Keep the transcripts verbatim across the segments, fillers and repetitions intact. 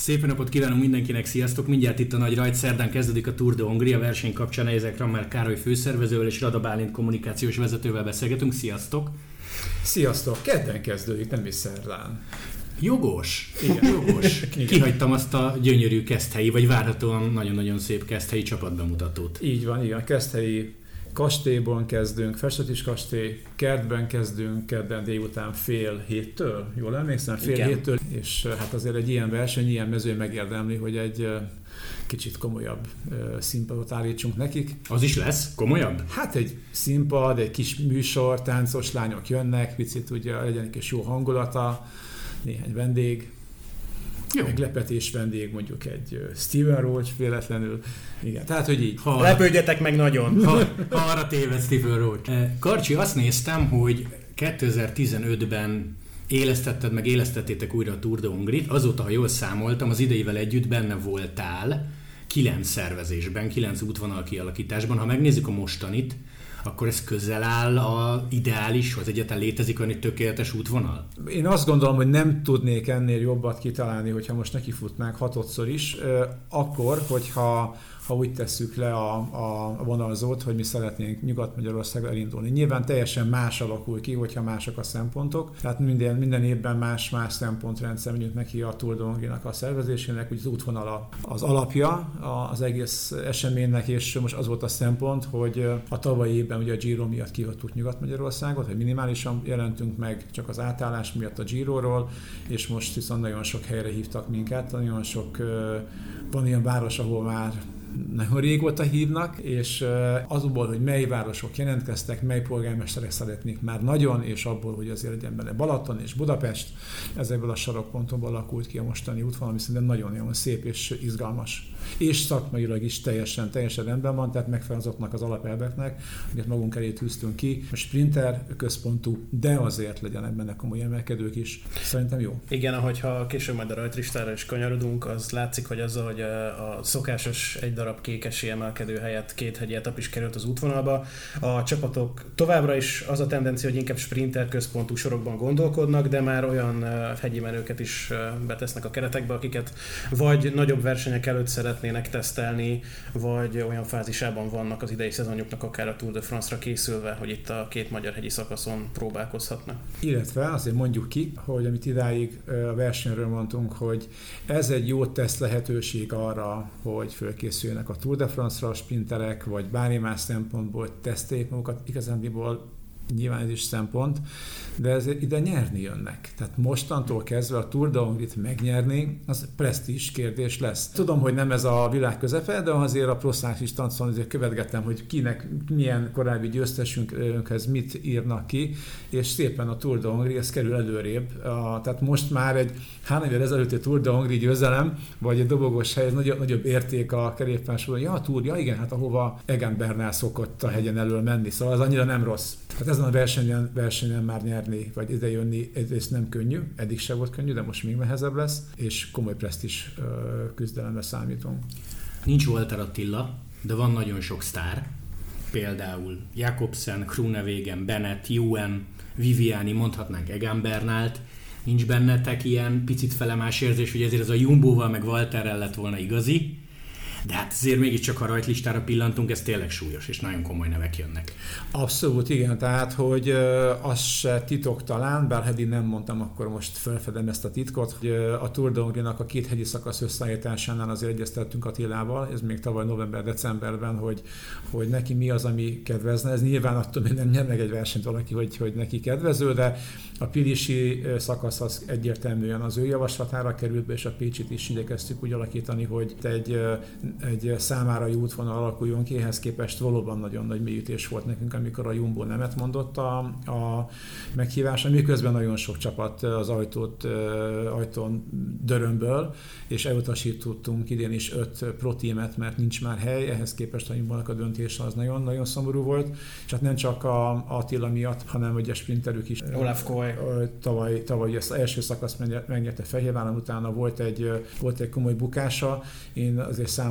Szép napot kívánunk mindenkinek, sziasztok! Mindjárt itt a nagy rajt, szerdán kezdődik a Tour de Hongria verseny kapcsán, ezek Rammel Károly főszervezővel és Rada Bálint kommunikációs vezetővel beszélgetünk. Sziasztok! Sziasztok! Kedden kezdődik, nem is szerdán. Jogos! Igen, jogos. Kihagytam azt a gyönyörű keszthelyi, vagy várhatóan nagyon-nagyon szép keszthelyi csapatbemutatót. Így van, igen. Keszthelyi kastélyban kezdünk, Festetis kastély, kertben kezdünk, kedden délután fél héttől, jól emlékszem, fél igen. héttől, és hát azért egy ilyen verseny, ilyen mezőny megérdemli, hogy egy kicsit komolyabb színpadot állítsunk nekik. Az is lesz? Komolyabb? Hát egy színpad, egy kis műsor, táncos lányok jönnek, picit ugye legyen egy kis jó hangulata, néhány vendég. Jó. Meglepetés vendég, mondjuk egy Steven Roach véletlenül. Igen, tehát, hogy így. Ha, lepődjetek meg nagyon. Ha, ha arra téved Steven Roach. Karcsi, azt néztem, hogy kétezer-tizenötben élesztetted, meg élesztettétek újra a Tour de Hongrit. Azóta, ha jól számoltam, az ideivel együtt benne voltál kilenc szervezésben, kilenc útvonal kialakításban. Ha megnézzük a mostanit, akkor ez közel áll az ideálishoz? Egyáltalán létezik olyan egy tökéletes útvonal? Én azt gondolom, hogy nem tudnék ennél jobbat kitalálni, hogyha most nekifutnánk hatodszor is, akkor, hogyha ha úgy tesszük le a, a vonalzót, hogy mi szeretnénk Nyugat-Magyarországra elindulni. Nyilván teljesen más alakul ki, hogyha mások a szempontok. Tehát minden, minden évben más-más szempontrendszer megyünk neki a Tour de Hongrinak a szervezésének, úgy az útvonal az alapja az egész eseménynek, és most az volt a szempont, hogy a tavalyi évben ugye a Giro miatt kihagytuk Nyugat-Magyarországot, hogy minimálisan jelentünk meg csak az átállás miatt a Giroról, és most viszont nagyon sok helyre hívtak minket, nagyon sok, van ilyen város, ahol már nagyon régóta hívnak, és azból, hogy mely városok jelentkeztek, mely polgármesterek szeretnék már nagyon, és abból, hogy azért legyen benne Balaton és Budapest, ezekből a sarokpontokból alakult ki a mostani útvonal, ami szerintem nagyon-nagyon szép és izgalmas. És szakmailag is teljesen, teljesen rendben van, tehát megfelel azoknak az alapelveknek, amit magunk elé tűztünk ki. A sprinter központú, de azért legyenek benne komoly emelkedők is. Szerintem jó. Igen, ahogyha később majd a rajtlistára is kanyarodunk, az látszik, hogy azzal, hogy a szokásos egy darab kékesi emelkedő helyett két hegyi etap is került az útvonalba. A csapatok továbbra is az a tendencia, hogy inkább sprinter központú sorokban gondolkodnak, de már olyan hegyi menőket is betesznek a keretekbe, akiket vagy nagyobb versenyek előtt szeretnének tesztelni, vagy olyan fázisában vannak az idei szezonjuknak, akár a Tour de France-ra készülve, hogy itt a két magyar hegyi szakaszon próbálkozhatnak. Illetve azért mondjuk ki, hogy amit idáig a versenyről mondtunk, hogy ez egy jó teszt lehetőség arra, hogy fölkészüljenek a Tour de France-ra a sprinterek, vagy bármi más szempontból teszteljék magukat, igazándiból nyilván ez is szempont, de ez ide nyerni jönnek. Tehát mostantól kezdve a Tour de Hongrit megnyerni, az presztízs kérdés lesz. Tudom, hogy nem ez a világ közepe, de azért a ProScience instancon azért követgettem, hogy kinek, milyen korábbi győztesünkhez mit írnak ki, és szépen a Tour de Hongri, ez kerül előrébb. A, tehát most már egy három évvel ezelőtti Tour de Hongri győzelem, vagy egy dobogós hely, ez nagyobb, nagyobb érték a kerékpársoron. Ja, a Tour, ja igen, hát ahova Egan Bernal szokott a hegyen elől menni, szóval az annyira nem rossz. Hát ezen a versenyen, versenyen már nyerni, vagy idejönni, ez nem könnyű, eddig se volt könnyű, de most még nehezebb lesz, és komoly presztízs küzdelemre számítunk. Nincs Walter Attila, de van nagyon sok sztár, például Jakobsen, Groenewegen, Bennett, Ewan, Viviani, mondhatnánk Egan Bernalt. Nincs bennetek ilyen picit felemás érzés, hogy ezért ez a Jumboval meg Walterrel lett volna igazi, de hát azért mégiscsak, ha a rajtlistára pillantunk, ez tényleg súlyos, és nagyon komoly nevek jönnek. Abszolút, igen, tehát, hogy az se titok talán, bár eddig nem mondtam, akkor most felfedem ezt a titkot, hogy a Tour de Hongrinak a két hegyi szakasz összeállításánál azért egyeztettünk Attilával, ez még tavaly november-decemberben, hogy, hogy neki mi az, ami kedvezne. Ez nyilván attól még nem nyer meg egy versenyt valaki, hogy, hogy neki kedvező, de a pilisi szakasz az egyértelműen az ő javaslatára került be, és a Pécsit is igyekeztük úgy alakítani, hogy egy egy számára jó útvonal alakuljon ki, ehhez képest valóban nagyon nagy mélyütés volt nekünk, amikor a Jumbo nemet mondott a, a meghívásra, miközben nagyon sok csapat az ajtót, ajtón dörömböl, és elutasítottunk idén is öt protímet, mert nincs már hely, ehhez képest a Jumbo-nak a döntése az nagyon-nagyon szomorú volt, és hát nem csak a, a Attila miatt, hanem ugye a sprinterük is. Olaf Koy. Tavaly, tavaly ezt az első szakaszt megnyerte Fehérváron, utána volt egy, volt egy komoly bukása, én azért számoltam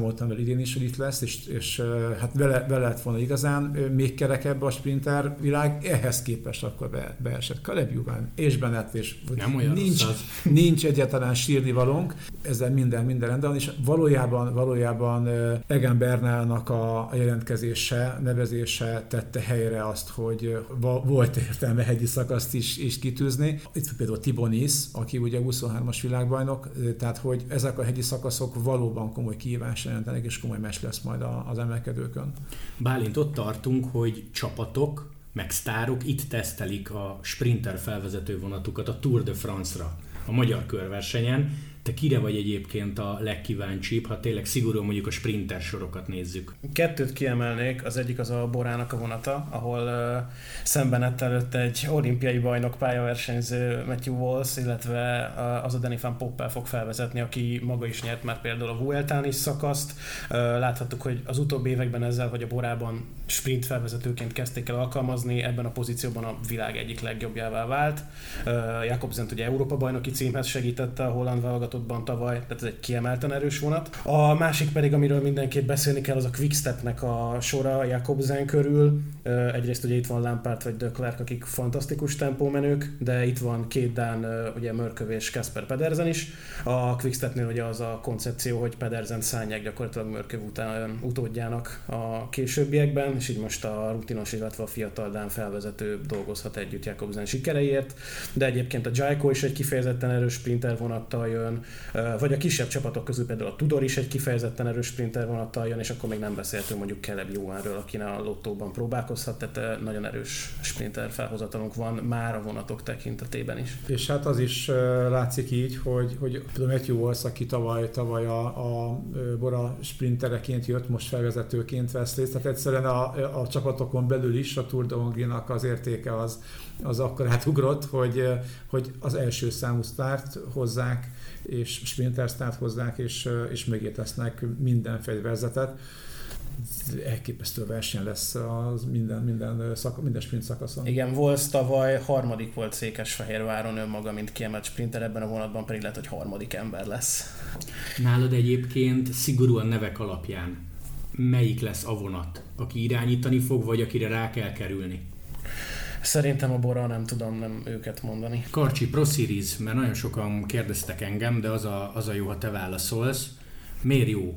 számoltam el idén is, hogy itt lesz, és, és hát vele, vele lett volna igazán még kerekebb a sprinter világ, ehhez képest akkor be, beesett Caleb Ewan és Bennett, és nincs, nincs egyáltalán sírni valónk, ezzel minden, minden rendben, és valójában, valójában Egan Bernalnak a jelentkezése, nevezése tette helyre azt, hogy volt értelme hegyi szakaszt is, is kitűzni. Itt például Thibaut Nice, aki ugye huszonhármas világbajnok, tehát hogy ezek a hegyi szakaszok valóban komoly kihívás jelentenek, és komoly meccs lesz majd az emelkedőkön. Bálint, ott tartunk, hogy csapatok, meg sztárok itt tesztelik a sprinter felvezető vonatukat a Tour de France-ra, a magyar körversenyen. Te kire vagy egyébként a legkíváncsibb, ha tényleg szigorúan mondjuk a sprinter sorokat nézzük? Kettőt kiemelnék, az egyik az a Borának a vonata, ahol uh, szemben lett előtt egy olimpiai bajnok pályaversenyző Matthew Walsh, illetve uh, az a Danny van Poppel fog felvezetni, aki maga is nyert már például a Vueltán is szakaszt. Uh, láthattuk, hogy az utóbbi években ezzel, hogy a Borában sprint felvezetőként kezdték el alkalmazni, ebben a pozícióban a világ egyik legjobbjává vált. Uh, Jakobsen ugye Európa bajnoki címhez segítette a holland válogatottban tavaly, tehát ez egy kiemelten erős vonat. A másik pedig, amiről mindenképp beszélni kell, az a Quickstepnek a sora Jakobsen körül. Uh, egyrészt ugye itt van Lampard vagy De Klerk, akik fantasztikus tempómenők, de itt van két dán, uh, ugye Mörköv és Kasper Pedersen is. A Quickstepnél ugye az a koncepció, hogy Pedersen szánják gyakorlatilag Mörköv után utódjának a későbbiekben, és így most a rutinos, illetve a fiatal dán felvezető dolgozhat együtt Jakobsen sikereiért, de egyébként a Jayco is egy kifejezetten erős sprinter vonattal jön, vagy a kisebb csapatok közül például a Tudor is egy kifejezetten erős sprinter vonattal jön, és akkor még nem beszéltünk mondjuk Caleb Ewanről, aki a lottóban próbálkozhat, tehát nagyon erős sprinter felhozatalunk van már a vonatok tekintetében is. És hát az is látszik így, hogy, hogy például Matthew Walsh, aki tavaly, tavaly a, a Bora sprintereként jött, most felvezetőként vesz részt, tehát egyszerűen a, a csapatokon belül is a Tour de Hongrie-nak az értéke az, az akkor átugrott, hogy, hogy az első számú sztárt hozzák, és sprinter sztárt hozzák, és, és mögé tesznek minden fegyverzetet. Elképesztő verseny lesz az minden, minden, szak, minden sprint szakaszon. Igen, Walsh tavaly harmadik volt Székesfehérváron önmaga, mint kiemelt sprinter, ebben a vonatban pedig lehet, hogy harmadik ember lesz. Nálad egyébként szigorúan nevek alapján melyik lesz a vonat, aki irányítani fog, vagy akire rá kell kerülni? Szerintem a Bora, nem tudom nem őket mondani. Karcsi, Pro Series, mert nagyon sokan kérdeztek engem, de az a, az a jó, ha te válaszolsz. Miért jó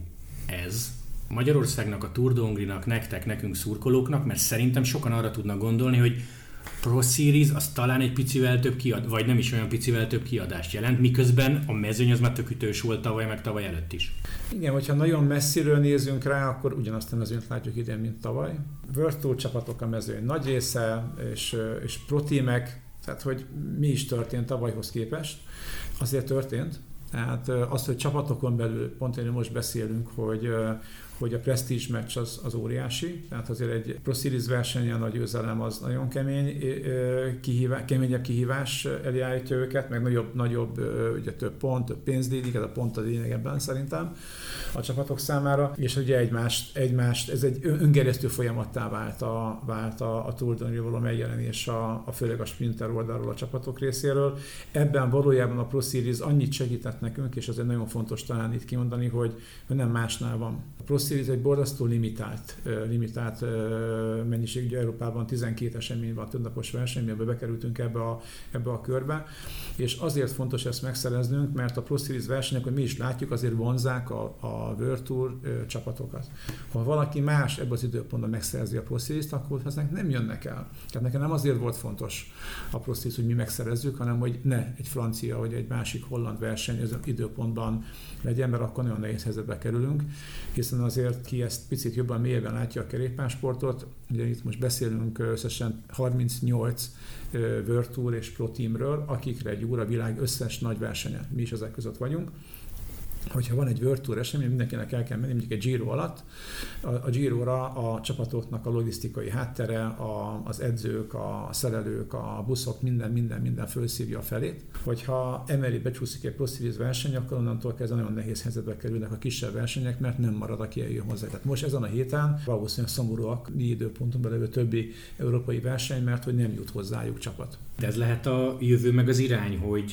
ez Magyarországnak, a Tour de Hongrie-nak, nektek, nekünk szurkolóknak, mert szerintem sokan arra tudnak gondolni, hogy Pro Series az talán egy picivel több kiad, vagy nem is olyan picivel több kiadást jelent, miközben a mezőny az már tök ütős volt tavaly, meg tavaly előtt is. Igen, hogyha nagyon messziről nézünk rá, akkor ugyanazt a mezőnyt látjuk idén, mint tavaly. World Tour csapatok a mezőny nagy része, és, és pro-tímek, tehát hogy mi is történt tavalyhoz képest, azért történt. Tehát az, hogy csapatokon belül, pont én most beszélünk, hogy hogy a Prestige meccs az, az óriási, tehát azért egy Pro Series versenyen a győzelem az nagyon kemény, kihívás, keményebb kihívás elé állítja őket, meg nagyobb, nagyobb ugye több pont, több pénzdíj, ez a pont a lényeg ebben szerintem a csapatok számára, és ugye egymást, egymást ez egy öngerjesztő folyamattá vált a, vált a, a Tour de Hongrie való megjelenés, a, a főleg a sprinter oldalról a csapatok részéről. Ebben valójában a Pro Series annyit segített nekünk, és azért nagyon fontos talán itt kimondani, hogy, hogy nem másnál van. A Pro Series egy borzasztó limitált, limitált mennyiség, ugye Európában tizenkét esemény van, többnapos verseny, mielőtt bekerültünk ebbe a, ebbe a körbe, és azért fontos ezt megszereznünk, mert a Pro Series versenyek, hogy mi is látjuk, azért vonzzák a, a World Tour csapatokat. Ha valaki más ebben az időpontban megszerzi a Pro Series-t, akkor ezek nem jönnek el. Tehát nekem nem azért volt fontos a Pro Series, hogy mi megszerezzük, hanem hogy ne egy francia vagy egy másik holland verseny ezen időpontban legyen, mert akkor nagyon nehéz helyzetbe kerülünk, hiszen azért ki ezt picit jobban mélyebben látja a kerékpársportot, ugye itt most beszélünk összesen harmincnyolc World Tour és Pro Teamről, akikre egy óra világ összes nagy versenye, mi is ezek között vagyunk. Hogyha van egy World Tour esemény, mindenkinek el kell menni, mondjuk egy Giro alatt, a, a Giro-ra a csapatoknak a logisztikai háttere, a, az edzők, a szerelők, a buszok, minden, minden, minden fölszívja a felét. Hogyha emeli becsúszik egy Pro Series verseny, akkor onnantól kezdve nagyon nehéz helyzetbe kerülnek a kisebb versenyek, mert nem marad, aki eljön hozzá. Tehát most ezen a héten valószínűleg szomorúak mi időpontunkban levő többi európai verseny, mert hogy nem jut hozzájuk csapat. De ez lehet a jövő meg az irány, hogy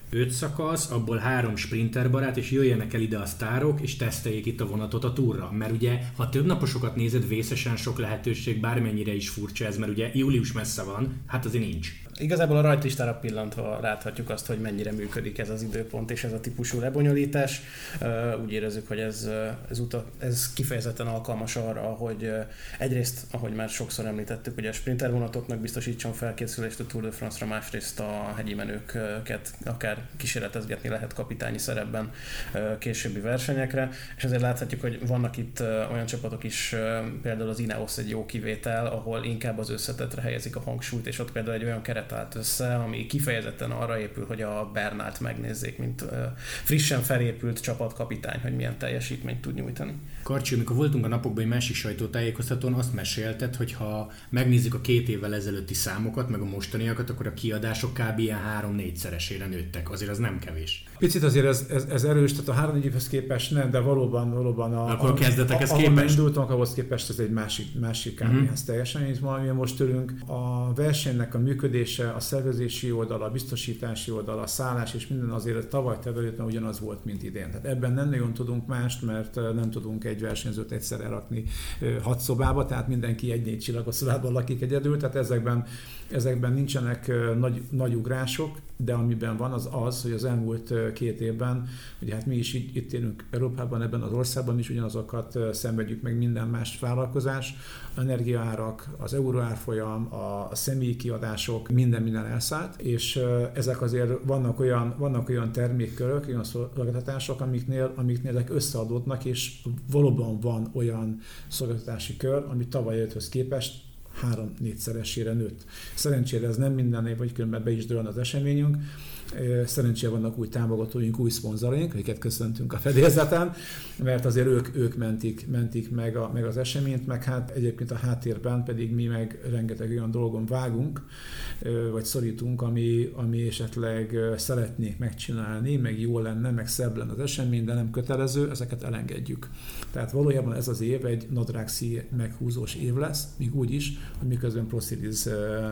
öt szakasz, abból három sprinterbarát, és jöjjenek el ide a sztárok, és teszteljék itt a vonatot a túrra. Mert ugye, ha több naposokat nézed, vészesen sok lehetőség, bármennyire is furcsa ez, mert ugye július messze van, hát azért nincs. Igazából a rajtlistára pillantva láthatjuk azt, hogy mennyire működik ez az időpont és ez a típusú lebonyolítás. Úgy érezzük, hogy ez, ez, uta, ez kifejezetten alkalmas arra, hogy egyrészt, ahogy már sokszor említettük, hogy a sprinter vonatoknak biztosítson felkészülést a Tour de France-ra, másrészt a hegyi menőket akár kísérletezgetni lehet kapitányi szerepben későbbi versenyekre, és azért láthatjuk, hogy vannak itt olyan csapatok is, például az Ineos egy jó kivétel, ahol inkább az összetetre helyezik a hangsúlyt, és ott például egy olyan keret állt össze, ami kifejezetten arra épül, hogy a Bernát megnézzék, mint frissen felépült csapatkapitány, hogy milyen teljesítményt tud nyújtani. Karcsi, amikor voltunk a napokban egy másik sajtótájékoztatón, azt mesélted, hogy ha megnézzük a két évvel ezelőtti számokat, meg a mostaniakat, akkor a kiadások kb. Ilyen három-négyszeresére nőttek. Azért az nem kevés. Picit azért ez, ez, ez erős, tehát a három-négy évhez képest nem, de valóban, valóban a, akkor a kezdetekhez a, képest. Indultunk, ahhoz képest ez egy másik, másik kávéhez mm-hmm. teljesen, itt valami most tőlünk. A versenynek a működése, a szervezési oldal, a biztosítási oldal, a szállás és minden azért tavaly területen ugyanaz volt, mint idén. Tehát ebben nem nagyon tudunk mást, mert nem tudunk egy versenyzőt egyszer elrakni hat szobába, tehát mindenki egy-négy csillagos szobában lakik egyedül, tehát ezekben, ezekben nincsenek nagy, nagy ugrások, de amiben van az az, hogy az elmúlt két évben, ugye hát mi is itt, itt élünk Európában, ebben az országban is ugyanazokat szenvedjük meg minden más vállalkozás, energiaárak, az euróárfolyam, a személyi kiadások, minden minden elszállt, és ezek azért vannak olyan, vannak olyan termékkörök, olyan szolgáltatások, amiknél, amiknél ezek összeadódnak, és valóban van olyan szolgáltatási kör, ami tavaly előtthöz képest három-négyszeresére nőtt. Szerencsére ez nem minden év, vagy különben be is dől az eseményünk. Szerencsére vannak új támogatóink, új szponzoraink, akiket köszöntünk a fedélzeten, mert azért ők, ők mentik, mentik meg, a, meg az eseményt, meg hát egyébként a háttérben pedig mi meg rengeteg olyan dolgon vágunk, vagy szorítunk, ami, ami esetleg szeretnék megcsinálni, meg jó lenne, meg szebb lenne az esemény, de nem kötelező, ezeket elengedjük. Tehát valójában ez az év egy nadrágszi meghúzós év lesz, még úgy is, hogy miközben Pro Series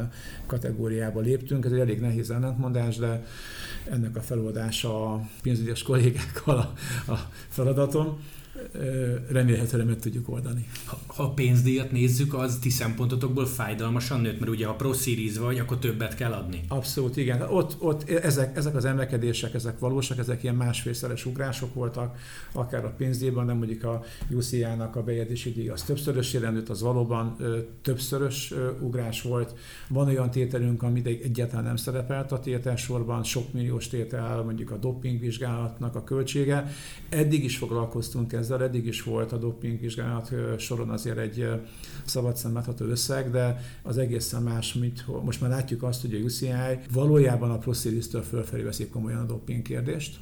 kategóriába léptünk, ez egy elég nehéz ellentmondás, de ennek a feloldása a pénzügyes kollégákkal a, a feladatom. Remélhetően meg tudjuk oldani. Ha, ha a pénzdíjat nézzük, az ti szempontotokból fájdalmasan nőtt, mert ugye ha Pro Series vagy, akkor többet kell adni. Abszolút, igen. Ott, ott ezek, ezek az emelkedések, ezek valósak, ezek ilyen másfélszeres ugrások voltak, akár a pénzdíjban, nem mondjuk a U C I-nak a bejegyzési díj, az többszörösére nőtt, az valóban ö, többszörös ö, ugrás volt. Van olyan tételünk, ami egyáltalán nem szerepelt a tételsorban, sok milliós tétel, mondjuk a dopingvizsgálatnak a költsége. Eddig is foglalkoztunk ezzel, eddig is volt a dopingvizsgálat soron azért egy szabad szemlátható összeg, de az egészen más, mint most már látjuk azt, hogy a U C I valójában a Pro Series-től fölfelé veszik komolyan a doping kérdést,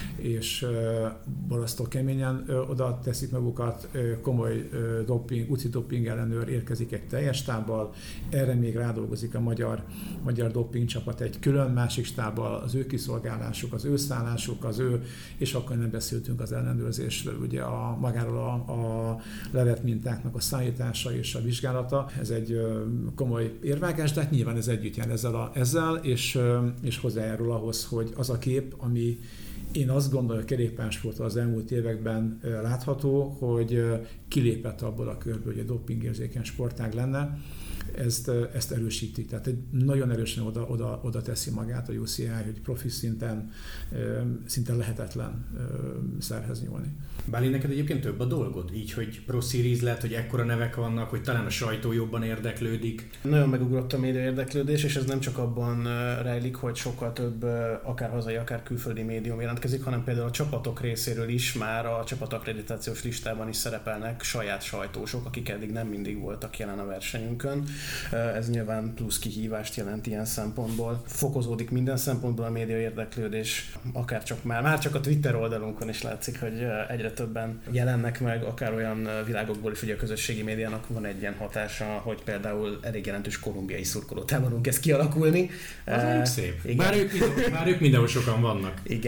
és borzasztó keményen oda teszik magukat, komoly doping, u cé i doping ellenőr érkezik egy teljes stábbal, erre még rádolgozik a magyar, magyar doping csapat egy külön másik stábbal, az ő kiszolgálásuk, az ő szállásuk, az ő, és akkor nem beszéltünk az ellenőrzésről, ugye a, magáról a, a levett mintáknak a szállítása és a vizsgálata, ez egy komoly érvágás, de hát nyilván ez együtt jár ezzel, a, ezzel és, és hozzájárul ahhoz, hogy az a kép, ami én azt gondolom, hogy a kerékpársportban az elmúlt években látható, hogy kilépett abból a körből, hogy a dopingérzékeny sportág lenne, ezt, ezt erősíti. Tehát egy nagyon erősen oda, oda, oda teszi magát a U C I, hogy profi szinten szinte lehetetlen szerhez nyúlni. Báli, neked egyébként több a dolgod? Így, hogy Pro Series lett, hogy ekkora nevek vannak, hogy talán a sajtó jobban érdeklődik? Nagyon megugrott a média érdeklődés, és ez nem csak abban rejlik, hogy sokkal több akár hazai, akár külföldi médium jelentkezik, hanem például a csapatok részéről is már a csapatakkreditációs listában is szerepelnek saját sajtósok, akik eddig nem mindig voltak jelen a versenyünkön. Ez nyilván plusz kihívást jelent ilyen szempontból. Fokozódik minden szempontból a média érdeklődés, akár csak már, már csak a Twitter oldalunkon is látszik, hogy egyre többen jelennek meg, akár olyan világokból is, ugye a közösségi médiának van egy ilyen hatása, hogy például elég jelentős kolumbiai szurkolótáborunk kezd kialakulni. Az mondjuk szép. Bár ők, bár ők mindenhol sokan vannak. Igen.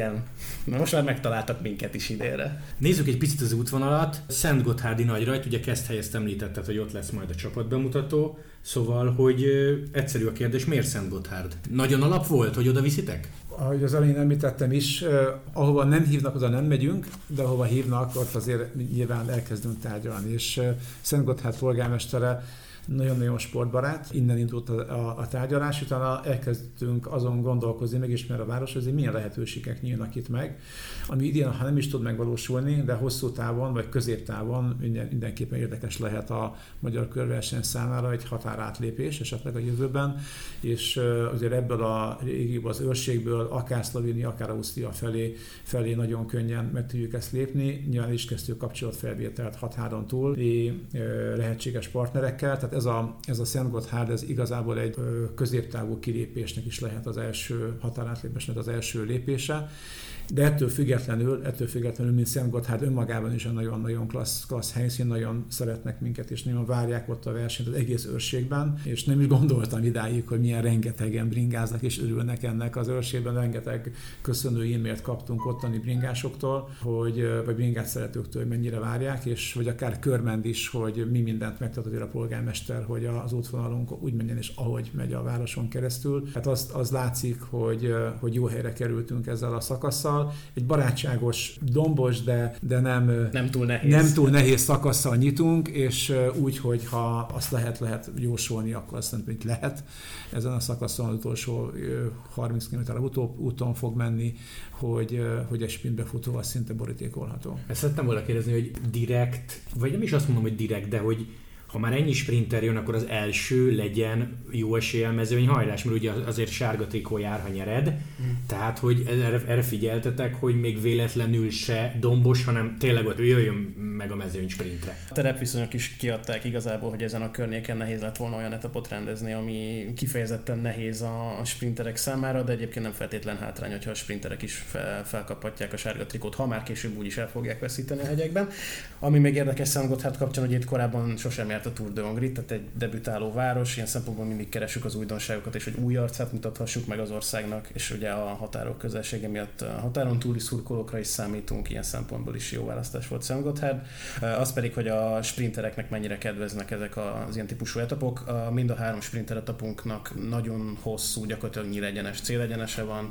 Na most már megtaláltak minket is idénre. Nézzük egy picit az útvonalat. Szentgotthárdi Nagyrajt, ugye Keszthelyest említetted, hogy ott lesz majd a csapatbemutató, szóval, hogy egyszerű a kérdés, miért Szentgotthárd? Nagyon alap volt, hogy oda viszitek? Ahogy az elején említettem is, eh, ahova nem hívnak, oda nem megyünk, de ahova hívnak, ott azért nyilván elkezdünk tárgyalni. És eh, Szentgotthárd polgármestere nagyon-nagyon sportbarát, innen indult a, a, a tárgyalás, utána elkezdtünk azon gondolkozni, megismerve a város, hogy milyen lehetőségek nyílnak itt meg, ami idén, ha nem is tud megvalósulni, de hosszú távon vagy középtávon minden, mindenképpen érdekes lehet a magyar körverseny számára egy határátlépés esetleg a jövőben, és uh, azért ebből a régióból, az őrségből, akár Szlovénia, akár Ausztria felé, felé nagyon könnyen meg tudjuk ezt lépni. Nyilván is kezdtük kapcsolatfelvételt határon túl, uh, lehetséges partnerekkel, tehát ez a, ez a Szentgotthárd, ez igazából egy uh, középtávú kilépésnek is lehet az első határátlépésnek az első lépése. De ettől függetlenül, ettől függetlenül, mint Szentgotthárd önmagában is egy nagyon-nagyon klassz, klassz helyszín, nagyon szeretnek minket, és nagyon várják ott a versenyt az egész őrségben, és nem is gondoltam idáig, hogy milyen rengetegen bringáznak, és örülnek ennek az őrségben. Rengeteg köszönő e-mailt kaptunk ottani bringásoktól, hogy, vagy bringás szeretőktől, hogy mennyire várják, és vagy akár körmend is, hogy mi mindent megtett a polgármester, hogy az útvonalunk úgy menjen, és ahogy megy a városon keresztül. Hát azt, az látszik, hogy, hogy jó helyre kerültünk ezzel a szakasszal. Egy barátságos, dombos, de, de nem, nem, túl nehéz. nem túl nehéz szakasszal nyitunk, és úgy, hogy ha azt lehet, lehet jósolni, akkor azt mondom, hogy lehet. Ezen a szakaszon az utolsó harminc kilométer úton fog menni, hogy, hogy egy sprintbefutóval szinte borítékolható. Ezt szerettem volna kérdezni, hogy direkt, vagy nem is azt mondom, hogy direkt, de hogy ha már ennyi sprinter jön, akkor az első legyen jó eséllyel mezőnyhajrás, mert ugye azért sárga trikó jár, ha nyered. Mm. Tehát, hogy erre, erre figyeltetek, hogy még véletlenül se dombos, hanem tényleg ott jöjjön meg a mezőny sprintre. A terepviszonyok is kiadták igazából, hogy ezen a környéken nehéz lett volna olyan etapot rendezni, ami kifejezetten nehéz a sprinterek számára, de egyébként nem feltétlen hátrány, hogyha a sprinterek is fel, felkaphatják a sárga trikót, ha már később úgyis el fogják veszíteni a hegyekben. Ami még érdekes Szentgotthárd kapcsán, hogy itt korábban sosem járt a Tour de Hongrie, tehát egy debütáló város, ilyen szempontból mindig keresünk az újdonságokat, és hogy új arcát mutathassuk meg az országnak, és ugye a határok közelsége miatt a határon túli szurkolókra is számítunk, ilyen szempontból is jó választás volt Szentgotthárd. Az pedig, hogy a sprintereknek mennyire kedveznek ezek az ilyen típusú etapok. Mind a három sprinter etapunknak nagyon hosszú, gyakorlatilag nyílegyenes célegyenese van,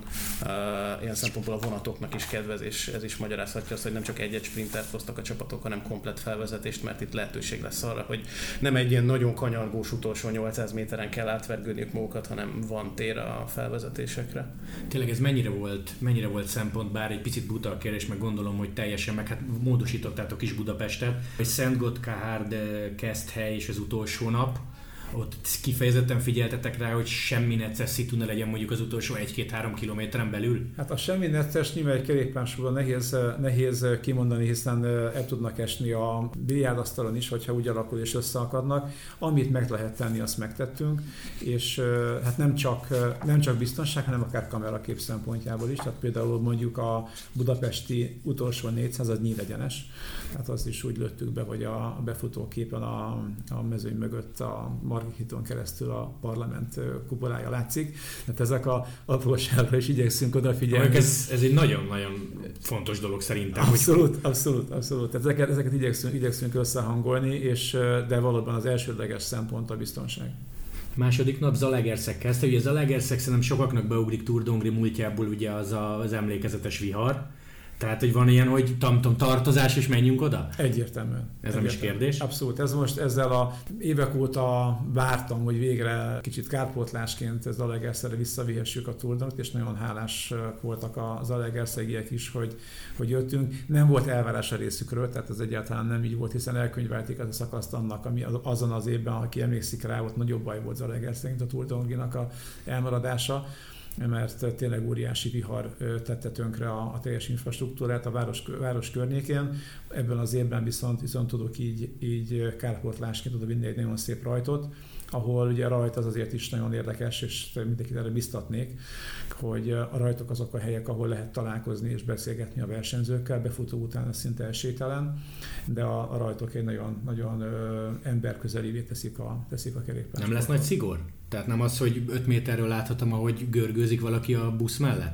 ilyen szempontból a vonatoknak is kedvez, és ez is magyarázhatja azt, hogy nem csak egy-egy sprintert hoztak a csapatok, hanem komplett felvezetést, mert itt lehetőség lesz arra, hogy nem egy ilyen nagyon kanyargós utolsó nyolcszáz méteren kell átvergődniük magukat, hanem van tér a felvezetésekre. Tényleg ez mennyire volt, mennyire volt szempont, bár egy picit buta a kérdés, meg gondolom, hogy teljesen, meg hát módosítottátok is Budapestet, hogy Szentgotthárd, Keszthely és az utolsó nap, ott kifejezetten figyeltetek rá, hogy semmi necesszitu ne legyen mondjuk az utolsó egy-két-három kilométeren belül? Hát a semmi necces nyilván egy kerékpársorban nehéz, nehéz kimondani, hiszen el tudnak esni a biliárdasztalon is, hogyha úgy alakul és összeakadnak. Amit meg lehet tenni, azt megtettünk, és hát nem csak, nem csak biztonság, hanem akár kamerakép szempontjából is. Tehát például mondjuk a budapesti utolsó négyszáz az nyílegyenes. Hát azt is úgy lőttük be, hogy a befutóképen a, a mezőny mögött a Margit-hídon keresztül a parlament kupolája látszik. Hát ezek a apróságra is igyekszünk odafigyelni. Ez, ez egy nagyon-nagyon fontos dolog szerintem. Abszolút, hogy... abszolút, abszolút. Ezeket, ezeket igyekszünk, igyekszünk összehangolni, és, de valóban az elsődleges szempont a biztonság. Második nap Zalaegerszeg kezdte. Ugye Zalaegerszeg szerintem sokaknak beugrik Tour de Hongrie múltjából ugye az a, az emlékezetes vihar. Tehát, hogy van ilyen, hogy tam-tam tartozás, és menjünk oda? Egyértelműen. Ez nem is kérdés? Abszolút. Ez most ezzel a évek óta vártam, hogy végre kicsit kárpótlásként Zalaegerszegre visszavihessük a Tour de Hongrie, és nagyon hálás voltak a zalaegerszegiek is, hogy, hogy jöttünk. Nem volt elvárás a részükről, tehát ez egyáltalán nem így volt, hiszen elkönyvelték ezt a szakaszt annak, ami azon az évben, aki emlékszik rá, ott nagyobb baj volt Zalaegerszeg, mint a Tour de Hongrie-nak a elmaradása, mert tényleg óriási vihar tette tönkre a, a teljes infrastruktúrát a város, város környékén. Ebben az évben viszont, viszont tudok így, így kárpótlásként oda vinni egy nagyon szép rajtot, ahol ugye a rajt az azért is nagyon érdekes, és mindenkit erre biztatnék, hogy a rajtok azok a helyek, ahol lehet találkozni és beszélgetni a versenyzőkkel, befutó után ez szinte esélytelen, de a, a rajtok egy nagyon, nagyon ö, emberközelévé teszik a, teszik a kerékpárt. Nem lesz nagy szigor? Tehát nem az, hogy öt méterről láthatom, ahogy görgőzik valaki a busz mellett?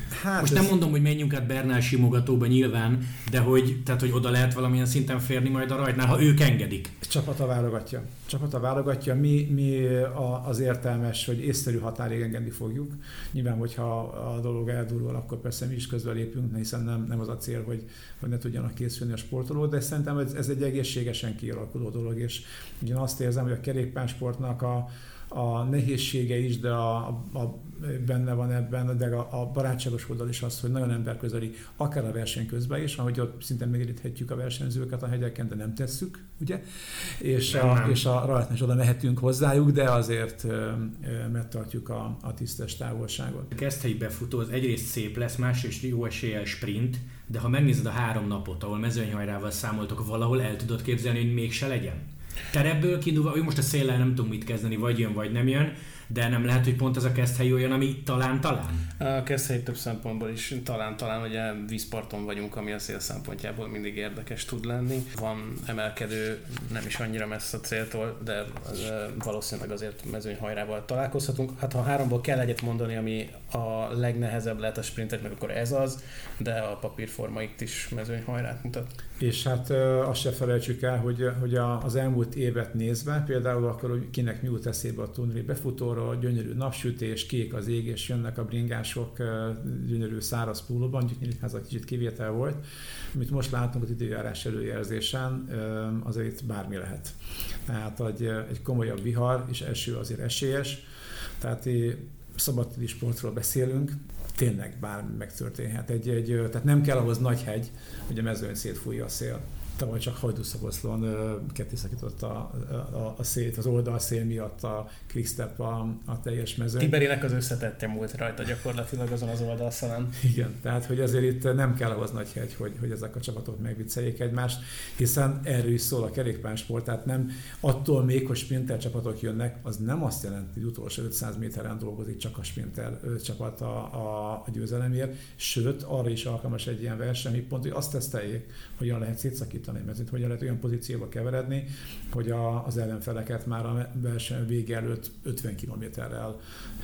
Hát Most ez... nem mondom, hogy menjünk át Bernál simogatóba nyilván, de hogy, tehát, hogy oda lehet valamilyen szinten férni majd a rajtnál, ha ők engedik. Csapata válogatja. Csapata válogatja. Mi, mi az értelmes, hogy észszerű határig engedni fogjuk. Nyilván, hogyha a dolog eldurul, akkor persze mi is közbelépünk, hiszen nem, nem az a cél, hogy, hogy ne tudjanak készülni a sportolók, de szerintem ez, ez egy egészségesen kialakuló dolog, és ugyan azt érzem, hogy a kerékpársportnak a a nehézsége is, de a, a, a, benne van ebben, de a, a barátságos oldal is az, hogy nagyon emberközeli, akár a verseny közben is, ahogy ott szinte megéríthetjük a versenyzőket a hegyeken, de nem tesszük, ugye? És nem, a, nem. És a rajtnál is oda mehetünk hozzájuk, de azért ö, ö, megtartjuk a, a tisztes távolságot. A keszthelyi befutó az egyrészt szép lesz, másrészt jó eséllyel sprint, de ha megnézed a három napot, ahol mezőnyhajrával számoltok, valahol el tudod képzelni, hogy mégse legyen? Terebből kiindulva, hogy most a széllel nem tudom mit kezdeni, vagy jön, vagy nem jön, de nem lehet, hogy pont az a Keszthely olyan, ami talán-talán? A Keszthely több szempontból is talán-talán, ugye vízparton vagyunk, ami a szél szempontjából mindig érdekes tud lenni. Van emelkedő, nem is annyira messze a céltól, de valószínűleg azért mezőnyhajrával találkozhatunk. Hát ha háromból kell egyet mondani, ami a legnehezebb lehet a sprinteknek, akkor ez az, de a papírforma itt is mezőnyhajrát mutat. És hát azt se felejtsük el, hogy, hogy az elmúlt évet nézve, például akkor, hogy kinek mi jut eszébe a Tundri befutóról, gyönyörű napsütés, kék az ég, és jönnek a bringások gyönyörű száraz pólóban, ez a kicsit kivétel volt. Amit most látunk az időjárás előjelzésen, azért itt bármi lehet. Tehát egy, egy komolyabb vihar, és eső azért esélyes. Tehát szabadtéri sportról beszélünk, tényleg bármi megtörténhet. Egy, egy, tehát nem kell ahhoz nagy hegy, hogy a mezőn szétfújja a szél. Tavaly csak Hajdúszoboszlón ketté szakított a, a, a szét, az oldalszél miatt a Quickstep a, a teljes mezőn. Tiberinek az összetettje múlt rajta gyakorlatilag azon az oldalszalán. Igen, tehát hogy azért itt nem kell ahhoz nagy hegy, hogy, hogy ezek a csapatok megvicceljék egymást, hiszen erről is szól a kerékpársport, tehát nem attól még, hogy sprinter csapatok jönnek, az nem azt jelenti, hogy utolsó ötszáz méteren dolgozik csak a sprinter csapat a, a, a győzelemért, sőt, arra is alkalmas egy ilyen verseny, hogy pont, hogy azt teszteljék, hogyan lehet szétszakítani mezőt, hogyan lehet olyan pozícióba keveredni, hogy a, az ellenfeleket már a verseny vége előtt ötven kilométerrel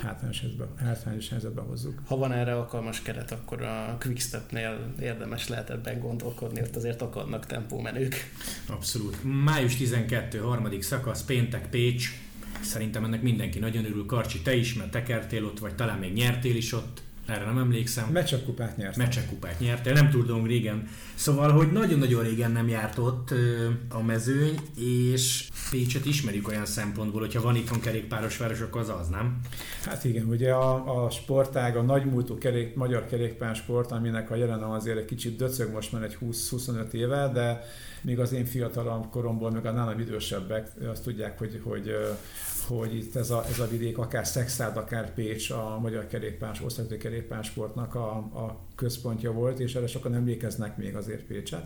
hátrányos helyzetbe hozzuk. Ha van erre alkalmas keret, akkor a Quickstepnél érdemes lehet ebben gondolkodni, ott azért akadnak tempómenők. Abszolút. május tizenketedike, harmadik szakasz, péntek Pécs. Szerintem ennek mindenki nagyon örül. Karcsi, te is, mert tekertél ott, vagy talán még nyertél is ott. Erre nem emlékszem. Mecsekupát nyertél. Mecsekupát nyertél, nem tudom régen. Szóval, hogy nagyon-nagyon régen nem járt ott a mezőny, és Pécset ismerjük olyan szempontból, hogyha van itthon kerékpáros város, akkor az az, nem? Hát igen, ugye a, a sportág, a nagymúltú kerék, magyar kerékpársport, aminek a jelenem azért egy kicsit döcög most már egy húsz-huszonöt éve, de még az én fiatalabb koromból, meg a nálam idősebbek azt tudják, hogy, hogy, hogy itt ez a, ez a vidék, akár Szexárd, akár Pécs a magyar kerékpárs, országos kerékpársportnak a, a központja volt, és erre sokan emlékeznek még azért Pécset.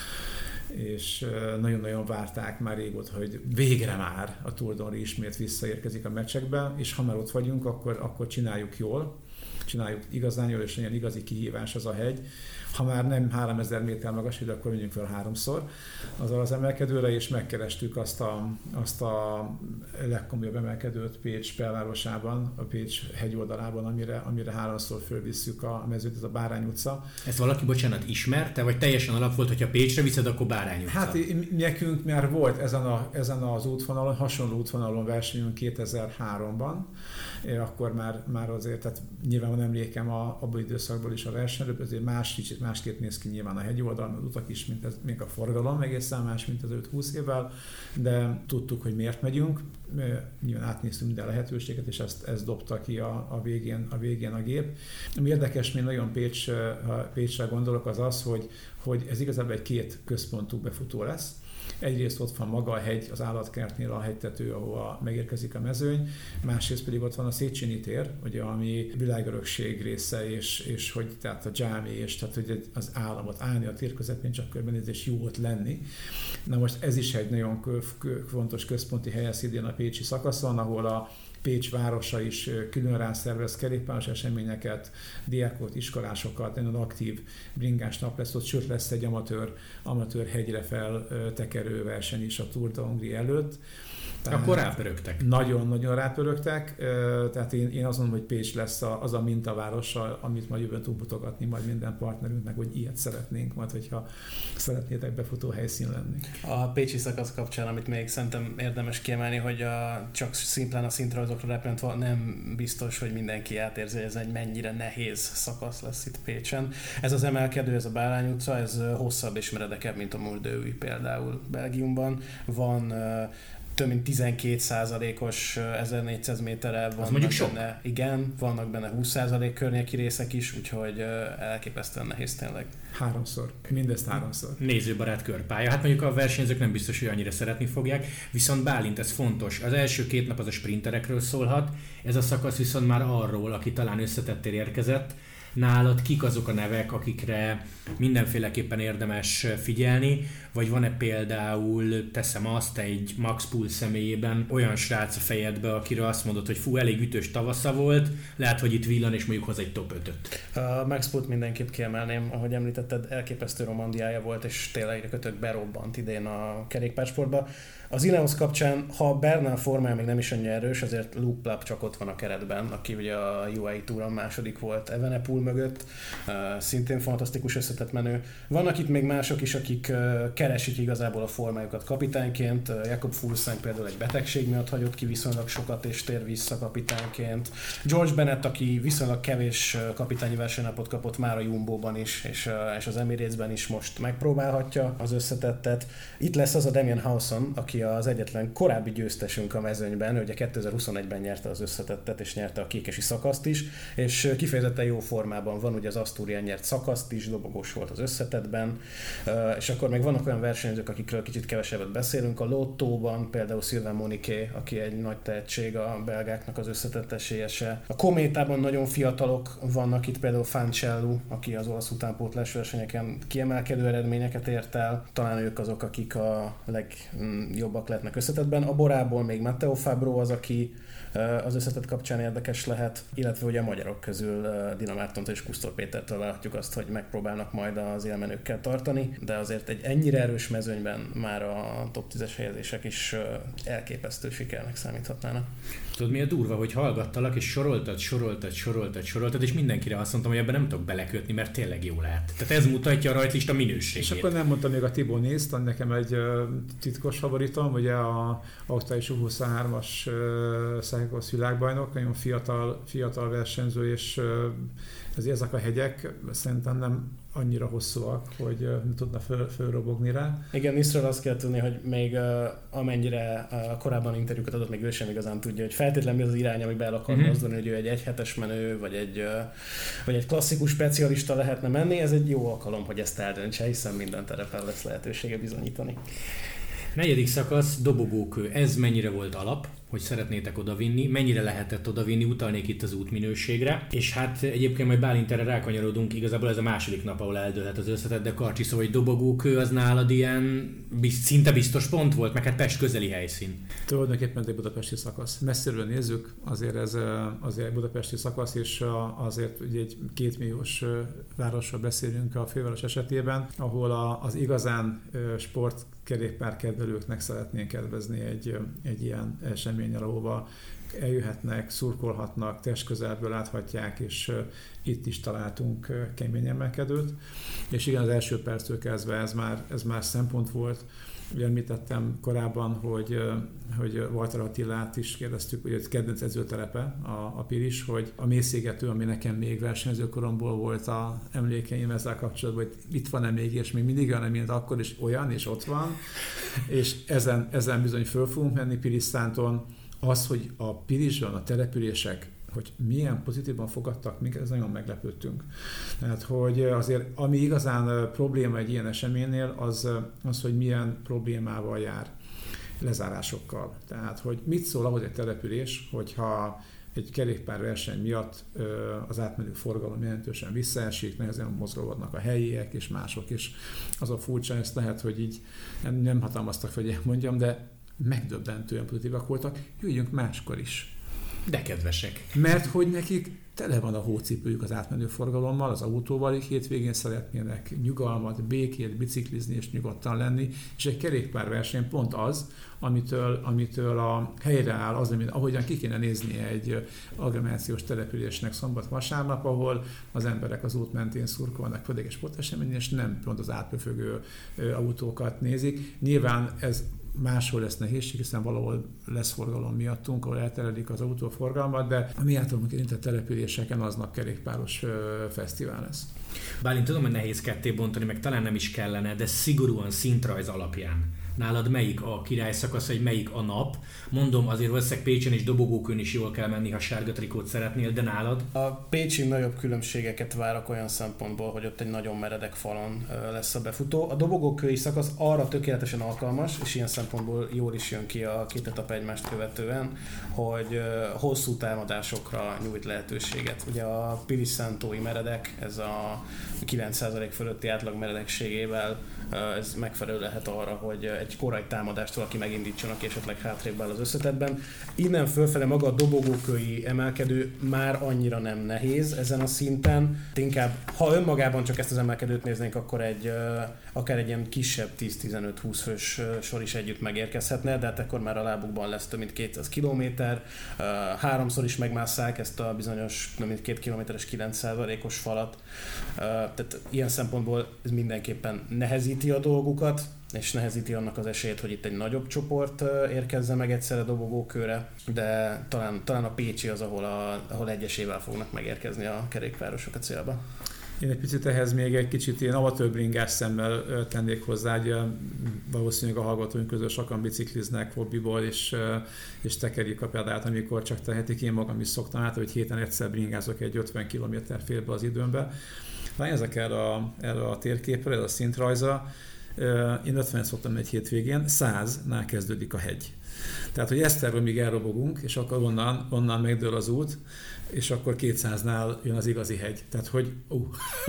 És nagyon-nagyon várták már régóta, hogy végre már a Tour de Henry ismét visszaérkezik a meccsekbe, és ha már ott vagyunk, akkor, akkor csináljuk jól, csináljuk igazán jól, és olyan igazi kihívás az a hegy. Ha már nem háromezer méter magas, de akkor menjünk fel háromszor azzal az emelkedőre, és megkerestük azt a, azt a legkomolyabb emelkedőt Pécs belvárosában, a Pécs hegyoldalában, amire, amire háromszor fölvisszük a mezőt, ez a Bárány utca. Ezt valaki, bocsánat, ismerte, vagy teljesen alap volt, hogyha Pécsre viszed, akkor Bárány utca? Hát nekünk már volt ezen, a, ezen az útvonalon, hasonló útvonalon versenyünk kétezer-háromban, akkor már, már azért, tehát nyilván van emlékem a, abban időszakból is a versenyről, azért más kicsit másképp néz ki nyilván a hegyoldal, az utak is, mint ez, még a forgalom egészen más, mint az öt-húsz évvel, de tudtuk, hogy miért megyünk, nyilván átnéztünk minden lehetőséget, és ezt, ezt dobta ki a, a, végén, a végén a gép. Ami érdekes, még nagyon Pécs, ha Pécsre gondolok, az az, hogy, hogy ez igazából egy két központú befutó lesz. Egyrészt ott van maga a hegy, az állatkertnél a hegytető, ahova megérkezik a mezőny, másrészt pedig ott van a Széchenyi tér, ugye, ami világörökség része, és, és hogy tehát a dzsámi, és tehát hogy az államot állni a tér közepén, csak körbenézés jó ott lenni. Na most ez is egy nagyon fontos központi hely idén a pécsi szakaszon, ahol a Pécs városa is külön rászervez kerékpáros eseményeket, diákot, iskolásokat, nagyon aktív bringás nap lesz ott, sőt lesz egy amatőr, amatőr hegyre feltekerő verseny is a Tour de Hongrie előtt. Tehát akkor rápörögtek. Nagyon-nagyon rápörögtek, tehát én, én azt mondom, hogy Pécs lesz az a mintaváros, amit majd jövőn tud mutogatni majd minden partnerünknek, hogy ilyet szeretnénk majd, hogyha szeretnétek befutó helyszín lenni. A pécsi szakasz kapcsán, amit még szerintem érdemes kiemelni, hogy a, csak szimplán a szintrajzokra repülve nem biztos, hogy mindenki átérzi, hogy ez egy mennyire nehéz szakasz lesz itt Pécsen. Ez az emelkedő, ez a Bálány utca, ez hosszabb és meredekebb, mint a Muldeui például Belgiumban. Van több mint tizenkét százalékos ezernégyszáz méterre van. Az mondjuk sok. Benne, igen, vannak benne húsz százalék környéki részek is, úgyhogy elképesztően nehéz tényleg. Háromszor. Mindezt háromszor. Nézőbarát körpálya. Hát mondjuk a versenyzők nem biztos, hogy annyira szeretni fogják, viszont Bálint, ez fontos. Az első két nap az a sprinterekről szólhat, ez a szakasz viszont már arról, aki talán összetettél érkezett. Nálad kik azok a nevek, akikre mindenféleképpen érdemes figyelni, vagy van-e például, teszem azt, egy Max Pool személyében olyan srác a fejedbe, akire azt mondod, hogy fú, elég ütős tavasza volt, lehet, hogy itt villan, és mondjuk hoz egy top ötöt. A Max Poolt mindenképp kiemelném, ahogy említetted, elképesztő romandiája volt, és tényleg kötök berobbant idén a kerékpársportba. Az Ineos kapcsán, ha Bernal formája még nem is annyira erős, azért Luke Plapp csak ott van a keretben, aki ugye a u á e Touron második volt Evenepoel mögött, szintén fantasztikus összetett menő. Vannak itt még mások is, akik keresik igazából a formájukat kapitányként. Jakob Fuglsang például egy betegség miatt hagyott ki viszonylag sokat és tér vissza kapitányként. George Bennett, aki viszonylag kevés kapitányi versenynapot kapott már a Jumbo-ban is, és, és az Emirates-ben is most megpróbálhatja az összetettet. Itt lesz az a Damien Howson, aki az egyetlen korábbi győztesünk a mezőnyben, ő ugye kétezer-huszonegyben nyerte az összetettet, és nyerte a kékesi szakaszt is, és kifejezetten jó formában van, ugye az Asturián nyert szakaszt is, dobogós volt az összetettben, és akkor még vannak olyan versenyzők, akikről kicsit kevesebbet beszélünk, a Lottóban például Sylvain Moniquet, aki egy nagy tehetség a belgáknak az összetett esélyese. A Kométában nagyon fiatalok vannak, itt például Fancellu, aki az olasz utánpótlás versenyeken kiemelkedő eredményeket ért el, talán ők azok, akik a legjobbak lehetnek összetettben. A Borából még Matteo Fabro az, aki az összetett kapcsán érdekes lehet, illetve ugye a magyarok közül Dina Mártontól és Kusztor Pétertől várhatjuk azt, hogy megpróbálnak majd az élmenőkkel tartani, de azért egy ennyire erős mezőnyben már a top tízes helyezések is elképesztő sikernek számíthatnának. Tudod, mi a durva, hogy hallgattalak, és soroltad, soroltad, soroltad, soroltad, és mindenkire azt mondtam, hogy ebben nem tudok belekötni, mert tényleg jó lehet. Tehát ez mutatja a rajtlista minőségét. És akkor nem mondtam még a Thibaut Nést, nekem egy titkos favoritom, ugye a aktuális U huszonhármas Cycles világbajnok, nagyon fiatal, fiatal versenyző, és ezért ezek a hegyek szerintem nem annyira hosszúak, hogy nem tudna föl, fölrobogni rá. Igen, Nisztről azt kell tudni, hogy még uh, amennyire uh, korábban interjúkat adott, még ő sem igazán tudja, hogy feltétlenül mi az az irány, amiben el akar mozdulni, mm-hmm. hogy ő egy egyhetes menő, vagy egy, uh, vagy egy klasszikus specialista lehetne menni. Ez egy jó alkalom, hogy ezt eldöntse, hiszen minden terepen lesz lehetősége bizonyítani. Negyedik szakasz, dobogókő. Ez mennyire volt alap, hogy szeretnétek odavinni, mennyire lehetett odavinni, utalnék itt az útminőségre, és hát egyébként majd Bálinterre rákanyarodunk, igazából ez a második nap, ahol eldőlhet az összetett, de Karcsi, szóval egy dobogókő az nálad ilyen bizt, szinte biztos pont volt, meg hát Pest közeli helyszín. Tulajdonképpen egy budapesti szakasz. Messziről nézzük, azért ez azért egy budapesti szakasz, és azért ugye egy kétmilliós városról beszélünk a főváros esetében, ahol a, az igazán sport kerékpárkedvelőknek szeretnénk kedvezni egy, egy ilyen eseménnyel, ahova eljöhetnek, szurkolhatnak, testközelből láthatják, és itt is találtunk kemény emelkedőt. És igen, az első perctől kezdve ez már, ez már szempont volt. Ugye említettem korábban, hogy, hogy Walter Attilát is kérdeztük, hogy egy kedvenc edzőtelepe a, a Pilis, hogy a mészégető, ami nekem még versenyzőkoromból volt a emlékeim ezzel kapcsolatban, hogy itt van-e még, és még mindig olyan, mint akkor, és olyan, és ott van, és ezen, ezen bizony föl fogunk menni Pilisztánton. Az, hogy a Pilisben a települések, hogy milyen pozitívan fogadtak minket, ez nagyon meglepődtünk. Tehát, hogy azért ami igazán probléma egy ilyen eseménynél, az, az, hogy milyen problémával jár, lezárásokkal. Tehát, hogy mit szól ahhoz egy település, hogyha egy kerékpárverseny miatt az átmenő forgalom jelentősen visszaesik, nehezen mozgolódnak a helyiek és mások, és az a furcsa, ezt lehet, hogy így nem, nem hatalmaztak, hogy mondjam, de megdöbbentően pozitívak voltak, jöjjünk máskor is. De kedvesek. Mert hogy nekik tele van a hócipőjük az átmenő forgalommal, az autóval, hogy hétvégén szeretnének nyugalmat, békét, biciklizni és nyugodtan lenni, és egy kerékpárverseny pont az, amitől, amitől a helyre áll az, amit, ahogyan ki kéne nézni egy agglomerációs településnek szombat-vasárnap, ahol az emberek az út mentén szurkolnak pedig egy sporteseményen, és nem pont az átpöfögő autókat nézik. Nyilván ez máshol lesz nehézség, hiszen valahol lesz forgalom miattunk, ahol elterelik az autóforgalmat, de a mi általunk érintett településeken aznap kerékpáros fesztivál lesz. Bálint, tudom, hogy nehéz ketté bontani, meg talán nem is kellene, de szigorúan szintrajz alapján. Nálad melyik a király szakasz, vagy melyik a nap? Mondom, azért valószínűleg Pécsen és Dobogókön is jól kell menni, ha sárga trikót szeretnél, de nálad? A Pécsi nagyobb különbségeket várok olyan szempontból, hogy ott egy nagyon meredek falon lesz a befutó. A Dobogókői szakasz arra tökéletesen alkalmas, és ilyen szempontból jól is jön ki a két etap egymást követően, hogy hosszú támadásokra nyújt lehetőséget. Ugye a Pilis-Szentói meredek, ez a kilenc százalék fölötti átlag meredekségével ez megfelelő lehet arra, hogy egy korai támadást valaki megindítson, aki esetleg hátrébb áll az összetettben. Innen fölfele maga a Dobogókői emelkedő már annyira nem nehéz ezen a szinten. Inkább, ha önmagában csak ezt az emelkedőt néznénk, akkor egy, akár egy ilyen kisebb tíz-tizenöt-húsz fős sor is együtt megérkezhetne, de hát akkor már a lábukban lesz több mint kétszáz kilométer. Háromszor is megmásszák ezt a bizonyos több mint két kilométeres kilenc százalékos falat. Tehát ilyen szempontból ez mindenképpen nehezíti a dolgukat, és nehezíti annak az esélyt, hogy itt egy nagyobb csoport érkezzen meg egyszerre Dobogókőre, de talán, talán a Pécsi az, ahol, a, ahol egyesével fognak megérkezni a kerékpárosok a célba. Én egy picit ehhez még egy kicsit ilyen amatőrbringás szemmel tennék hozzá, hogy valószínűleg a hallgatóink közül sokan bicikliznek hobbiból, és, és tekerik a pedált, amikor csak tehetik. Én magam is szoktam át, hogy héten egyszer bringázok egy ötven kilométer félbe az időmbe. Ránézek erre a, erre a térképre, ez a szintrajza. Én ötven szoktam egy hétvégén, száznál kezdődik a hegy. Tehát, hogy Eszterről még elrobogunk, és akkor onnan, onnan megdől az út, és akkor kétszáznál jön az igazi hegy. Tehát, hogy uh,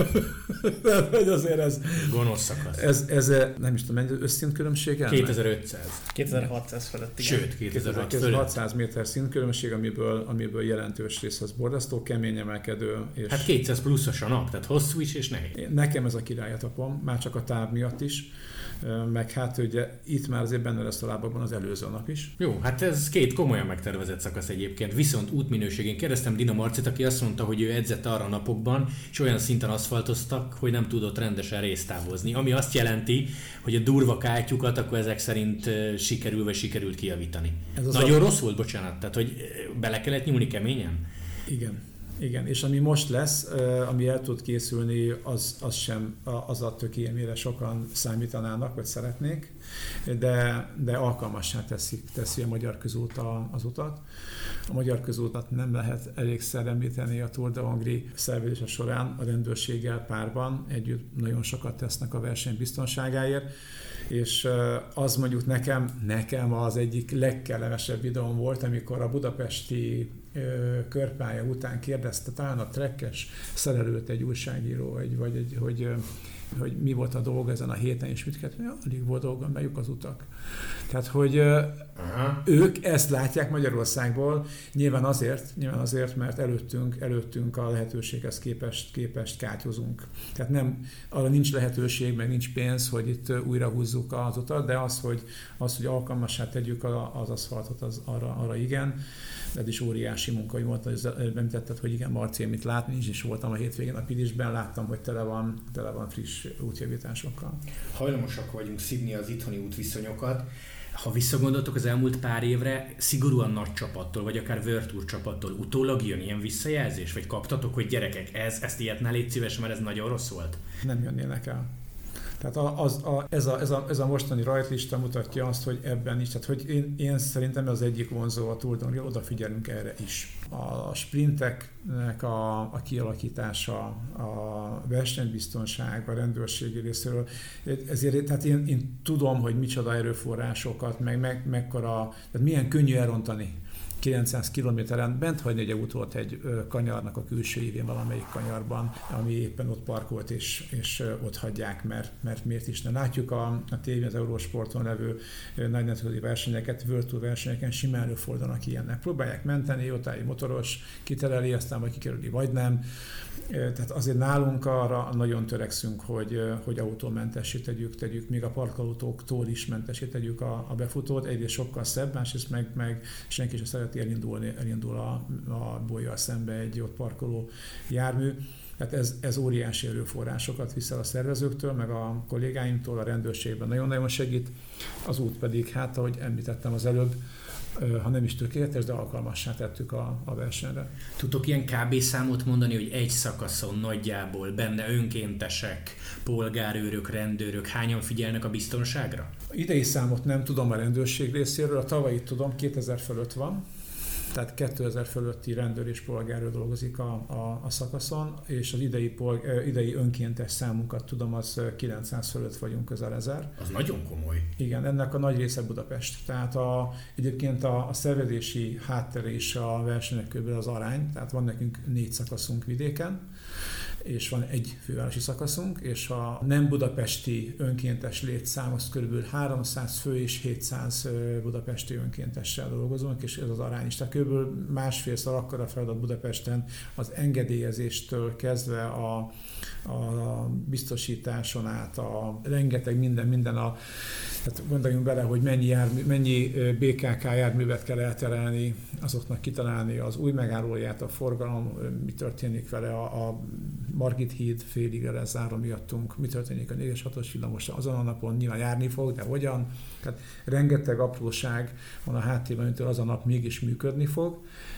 hogy azért ez... Gonosz szakasz. Ez, ez, nem is tudom, mennyi összszintkülönbsége? kétezer-ötszáz. kétezer-hatszáz felett, igen. Sőt, kétezer-hatszáz méter szintkülönbség, amiből, amiből jelentős rész az borzasztó, kemény emelkedő. És hát kétszáz pluszos a nap, tehát hosszú is és nehéz. Nekem ez a királyatapom, már csak a táv miatt is. Meg hát ugye itt már azért benne lesz a lábakban az előző nap is. Jó, hát ez két komolyan megtervezett szakasz egyébként, viszont útminőségén kérdeztem Dina Marcit, aki azt mondta, hogy ő edzett arra a napokban, és olyan szinten aszfaltoztak, hogy nem tudott rendesen résztávozni, ami azt jelenti, hogy a durva kátyukat akkor ezek szerint sikerül vagy sikerült kijavítani. Nagyon a... rossz volt, bocsánat, tehát hogy bele kellett nyúlni keményen? Igen. Igen, és ami most lesz, ami el tud készülni, az, az sem az a tök amire sokan számítanának, vagy szeretnék, de, de alkalmassá teszi, teszi a Magyar Közút az utat. A Magyar Közútat nem lehet elégszer említeni a Tour de Hongrie szervezése során, a rendőrséggel párban együtt nagyon sokat tesznek a verseny biztonságáért, és az mondjuk nekem, nekem az egyik legkellemesebb videóm volt, amikor a budapesti körpálya után kérdezte talán a trekkes szerelőt egy újságíró, egy, vagy egy, hogy, hogy mi volt a dolga ezen a héten, és mit kellett, ja, alig volt dolga, melyük az utak. Tehát, hogy Aha. ők ezt látják Magyarországból, nyilván azért, nyilván azért, mert előttünk, előttünk a lehetőséghez képest, képest kátyozunk. Tehát nem, arra nincs lehetőség, meg nincs pénz, hogy itt újra húzzuk az utat, de az, hogy, az, hogy alkalmassá tegyük az aszfaltot, az arra, arra igen. Ez is óriási munka, hogy mondtad, hogy említetted, hogy igen, Marci, mit látni, is, is voltam a hétvégén a Pilisben, láttam, hogy tele van, tele van friss útjavításokkal. Hajlamosak vagyunk szidni az itthoni útviszonyokat. Ha visszagondoltok az elmúlt pár évre, szigorúan nagy csapattól, vagy akár World Tour csapattól utólag jön ilyen visszajelzés, vagy kaptatok, hogy gyerekek, ez, ezt ilyet ne légy szíves, mert ez nagyon rossz volt? Nem jönnének el. Tehát az, a, ez, a, ez, a, ez a mostani rajtlista mutatja azt, hogy ebben is, tehát hogy én, én szerintem az egyik vonzó a Tour de Hongrie, odafigyelünk erre is. A sprinteknek a, a kialakítása, a versenybiztonság, a rendőrségi részéről, ezért tehát én, én tudom, hogy micsoda erőforrásokat, meg, meg mekkora, tehát milyen könnyű elrontani kilencszáz kilométeren bent hagyni egy autót egy kanyarnak a külső évén valamelyik kanyarban, ami éppen ott parkolt, és, és ott hagyják, mert, mert miért is ne. Látjuk a, a tévén az Eurosporton levő nagy nemzetközi versenyeket, World Tour versenyeken simán előfordulnak ilyennek. Próbálják menteni, otáig motoros, kitereli, aztán vagy kikerüli, vagy nem. Tehát azért nálunk arra nagyon törekszünk, hogy, hogy autómentessé tegyük, tegyük, még a parkolótóktól is mentessé tegyük a, a befutót. Egyrészt sokkal szebb, másrészt meg, meg senki sem szereti elindulni, elindul a, a bollyal szembe egy ott parkoló jármű. Tehát ez, ez óriási erőforrásokat viszel a szervezőktől, meg a kollégáimtól, a rendőrségben nagyon-nagyon segít. Az út pedig, hát ahogy említettem az előbb, ha nem is tökéletes, de alkalmassá tettük a, a versenyre. Tudtok ilyen kb. Számot mondani, hogy egy szakaszon nagyjából benne önkéntesek, polgárőrök, rendőrök, hányan figyelnek a biztonságra? Idei számot nem tudom a rendőrség részéről, a tavalyit tudom, kétezer fölött van. Tehát kétezer fölötti rendőr és polgárőr dolgozik a, a, a szakaszon, és az idei, polg, idei önkéntes számunkat tudom, az kilencszáz fölött vagyunk, közel ezer. Az nagyon komoly. Igen, ennek a nagy része Budapest. Tehát a, egyébként a, a szervezési háttere és a versenyek körül az arány, tehát van nekünk négy szakaszunk vidéken, és van egy fővárosi szakaszunk, és a nem budapesti önkéntes létszám az kb. háromszáz fő és hétszáz budapesti önkéntessel dolgozunk, és ez az arány is. Tehát kb. Másfélszer akkora feladat Budapesten az engedélyezéstől kezdve a, a biztosításon át, a rengeteg minden, minden a, tehát gondoljunk bele, hogy mennyi, jármű, mennyi bé ká ká járművet kell elterelni, azoknak kitalálni az új megállóját, a forgalom, mi történik vele, a, a Margit híd félig lezárva miattunk, mi történik a négyes hatos villamossal azon a napon, nyilván járni fog, de hogyan? Tehát rengeteg apróság van a háttérben, amitől az a nap mégis működni fog,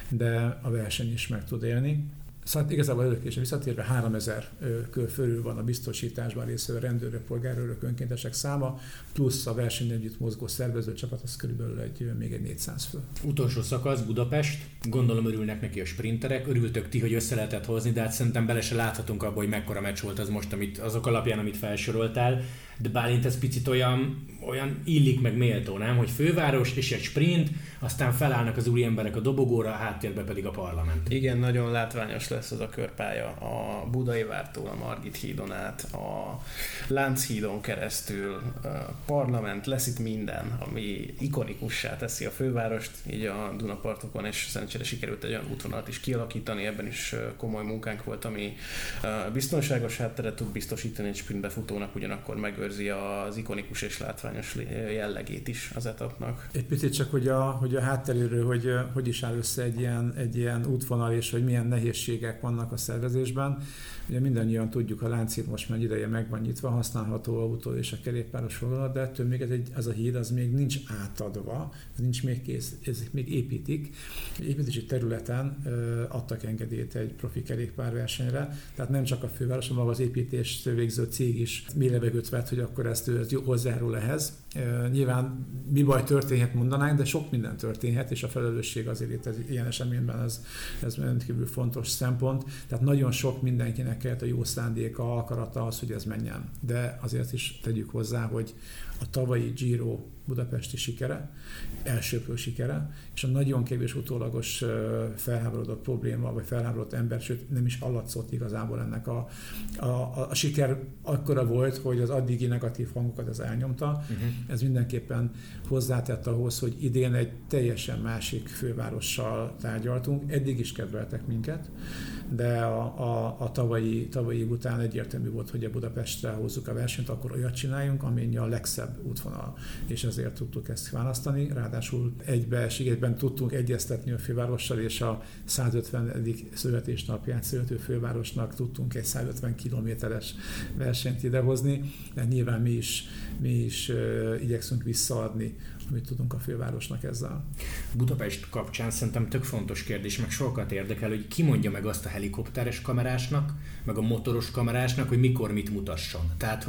de a verseny is meg tud élni. Szóval igazából örökésre visszatérve háromezer kör fölül van a biztosításban részvevő rendőrök, polgárőrök, önkéntesek száma, plusz a versenyen együtt mozgó szervezőcsapat, az körülbelül egy, még egy négyszáz fő. Utolsó szakasz, Budapest. Gondolom örülnek neki a sprinterek, örültök ti, hogy össze lehetett hozni, de hát szerintem bele se láthatunk abba, hogy mekkora meccs volt az most, amit, azok alapján, amit felsoroltál. De Bálint ez picit olyan, olyan illik meg méltó, nem? Hogy főváros és egy sprint, aztán felállnak az úri emberek a dobogóra, a háttérben pedig a parlament. Igen, nagyon látványos lesz ez a körpálya. A Budai vártól a Margit hídon át, a Lánchídon keresztül, a parlament, lesz itt minden, ami ikonikussá teszi a fővárost, így a Dunapartokon, és szerencsére sikerült egy olyan útvonalat is kialakítani, ebben is komoly munkánk volt, ami biztonságos hátteret tud biztosítani egy sprintbefutónak, ugyanakkor megőrzi az ikonikus és látványos jellegét is az etapnak. Egy picit csak, hogy a, hogy a hátteréről, hogy hogy is áll össze egy ilyen, egy ilyen útvonal, és hogy milyen nehézségek vannak a szervezésben. Ugye mindannyian tudjuk, a Lánchíd most már ideje meg van nyitva, használható autó és a kerékpáros forgalmat, de ettől még ez, egy, ez a híd az még nincs átadva, ez nincs még kész, ezek még építik. Egy építési területen ö, adtak engedélyt egy profi kerékpárversenyre, tehát nem csak a főváros, hanem az építést végző cég is mély levegőt vett, hogy akkor ezt hozzájárul ehhez. E, nyilván mi baj történhet, mondanánk, de sok minden történhet, és a felelősség azért itt ez, ilyen eseményben ez, ez rendkívül fontos szempont. Tehát nagyon sok mindenkinek kellett a jó szándéka, akarata az, hogy ez menjen. De azért is tegyük hozzá, hogy a tavalyi Giro budapesti sikere, elsőprő sikere, és a nagyon kevés utólagos felháborodott probléma, vagy felháborodott ember, sőt nem is hallatszott igazából ennek a, a, a, a siker akkora volt, hogy az addigi negatív hangokat ez elnyomta. Uh-huh. Ez mindenképpen hozzátett ahhoz, hogy idén egy teljesen másik fővárossal tárgyaltunk. Eddig is kedveltek minket, de a, a, a tavalyi, tavalyi után egyértelmű volt, hogy a Budapestre hozzuk a versenyt, akkor olyat csináljunk, ami a legszebb útvonal. És ezért tudtuk ezt választani. Ráadásul egybeesik, egyben tudtunk egyeztetni a fővárossal, és a százötvenedik születésnapján születő fővárosnak tudtunk egy százötven kilométeres versenyt idehozni, de nyilván mi is, mi is uh, igyekszünk visszaadni, amit tudunk a fővárosnak ezzel. Budapest kapcsán szerintem tök fontos kérdés, meg sokat érdekel, hogy ki mondja meg azt a helikopteres kamerásnak, meg a motoros kamerásnak, hogy mikor mit mutasson. Tehát, hogy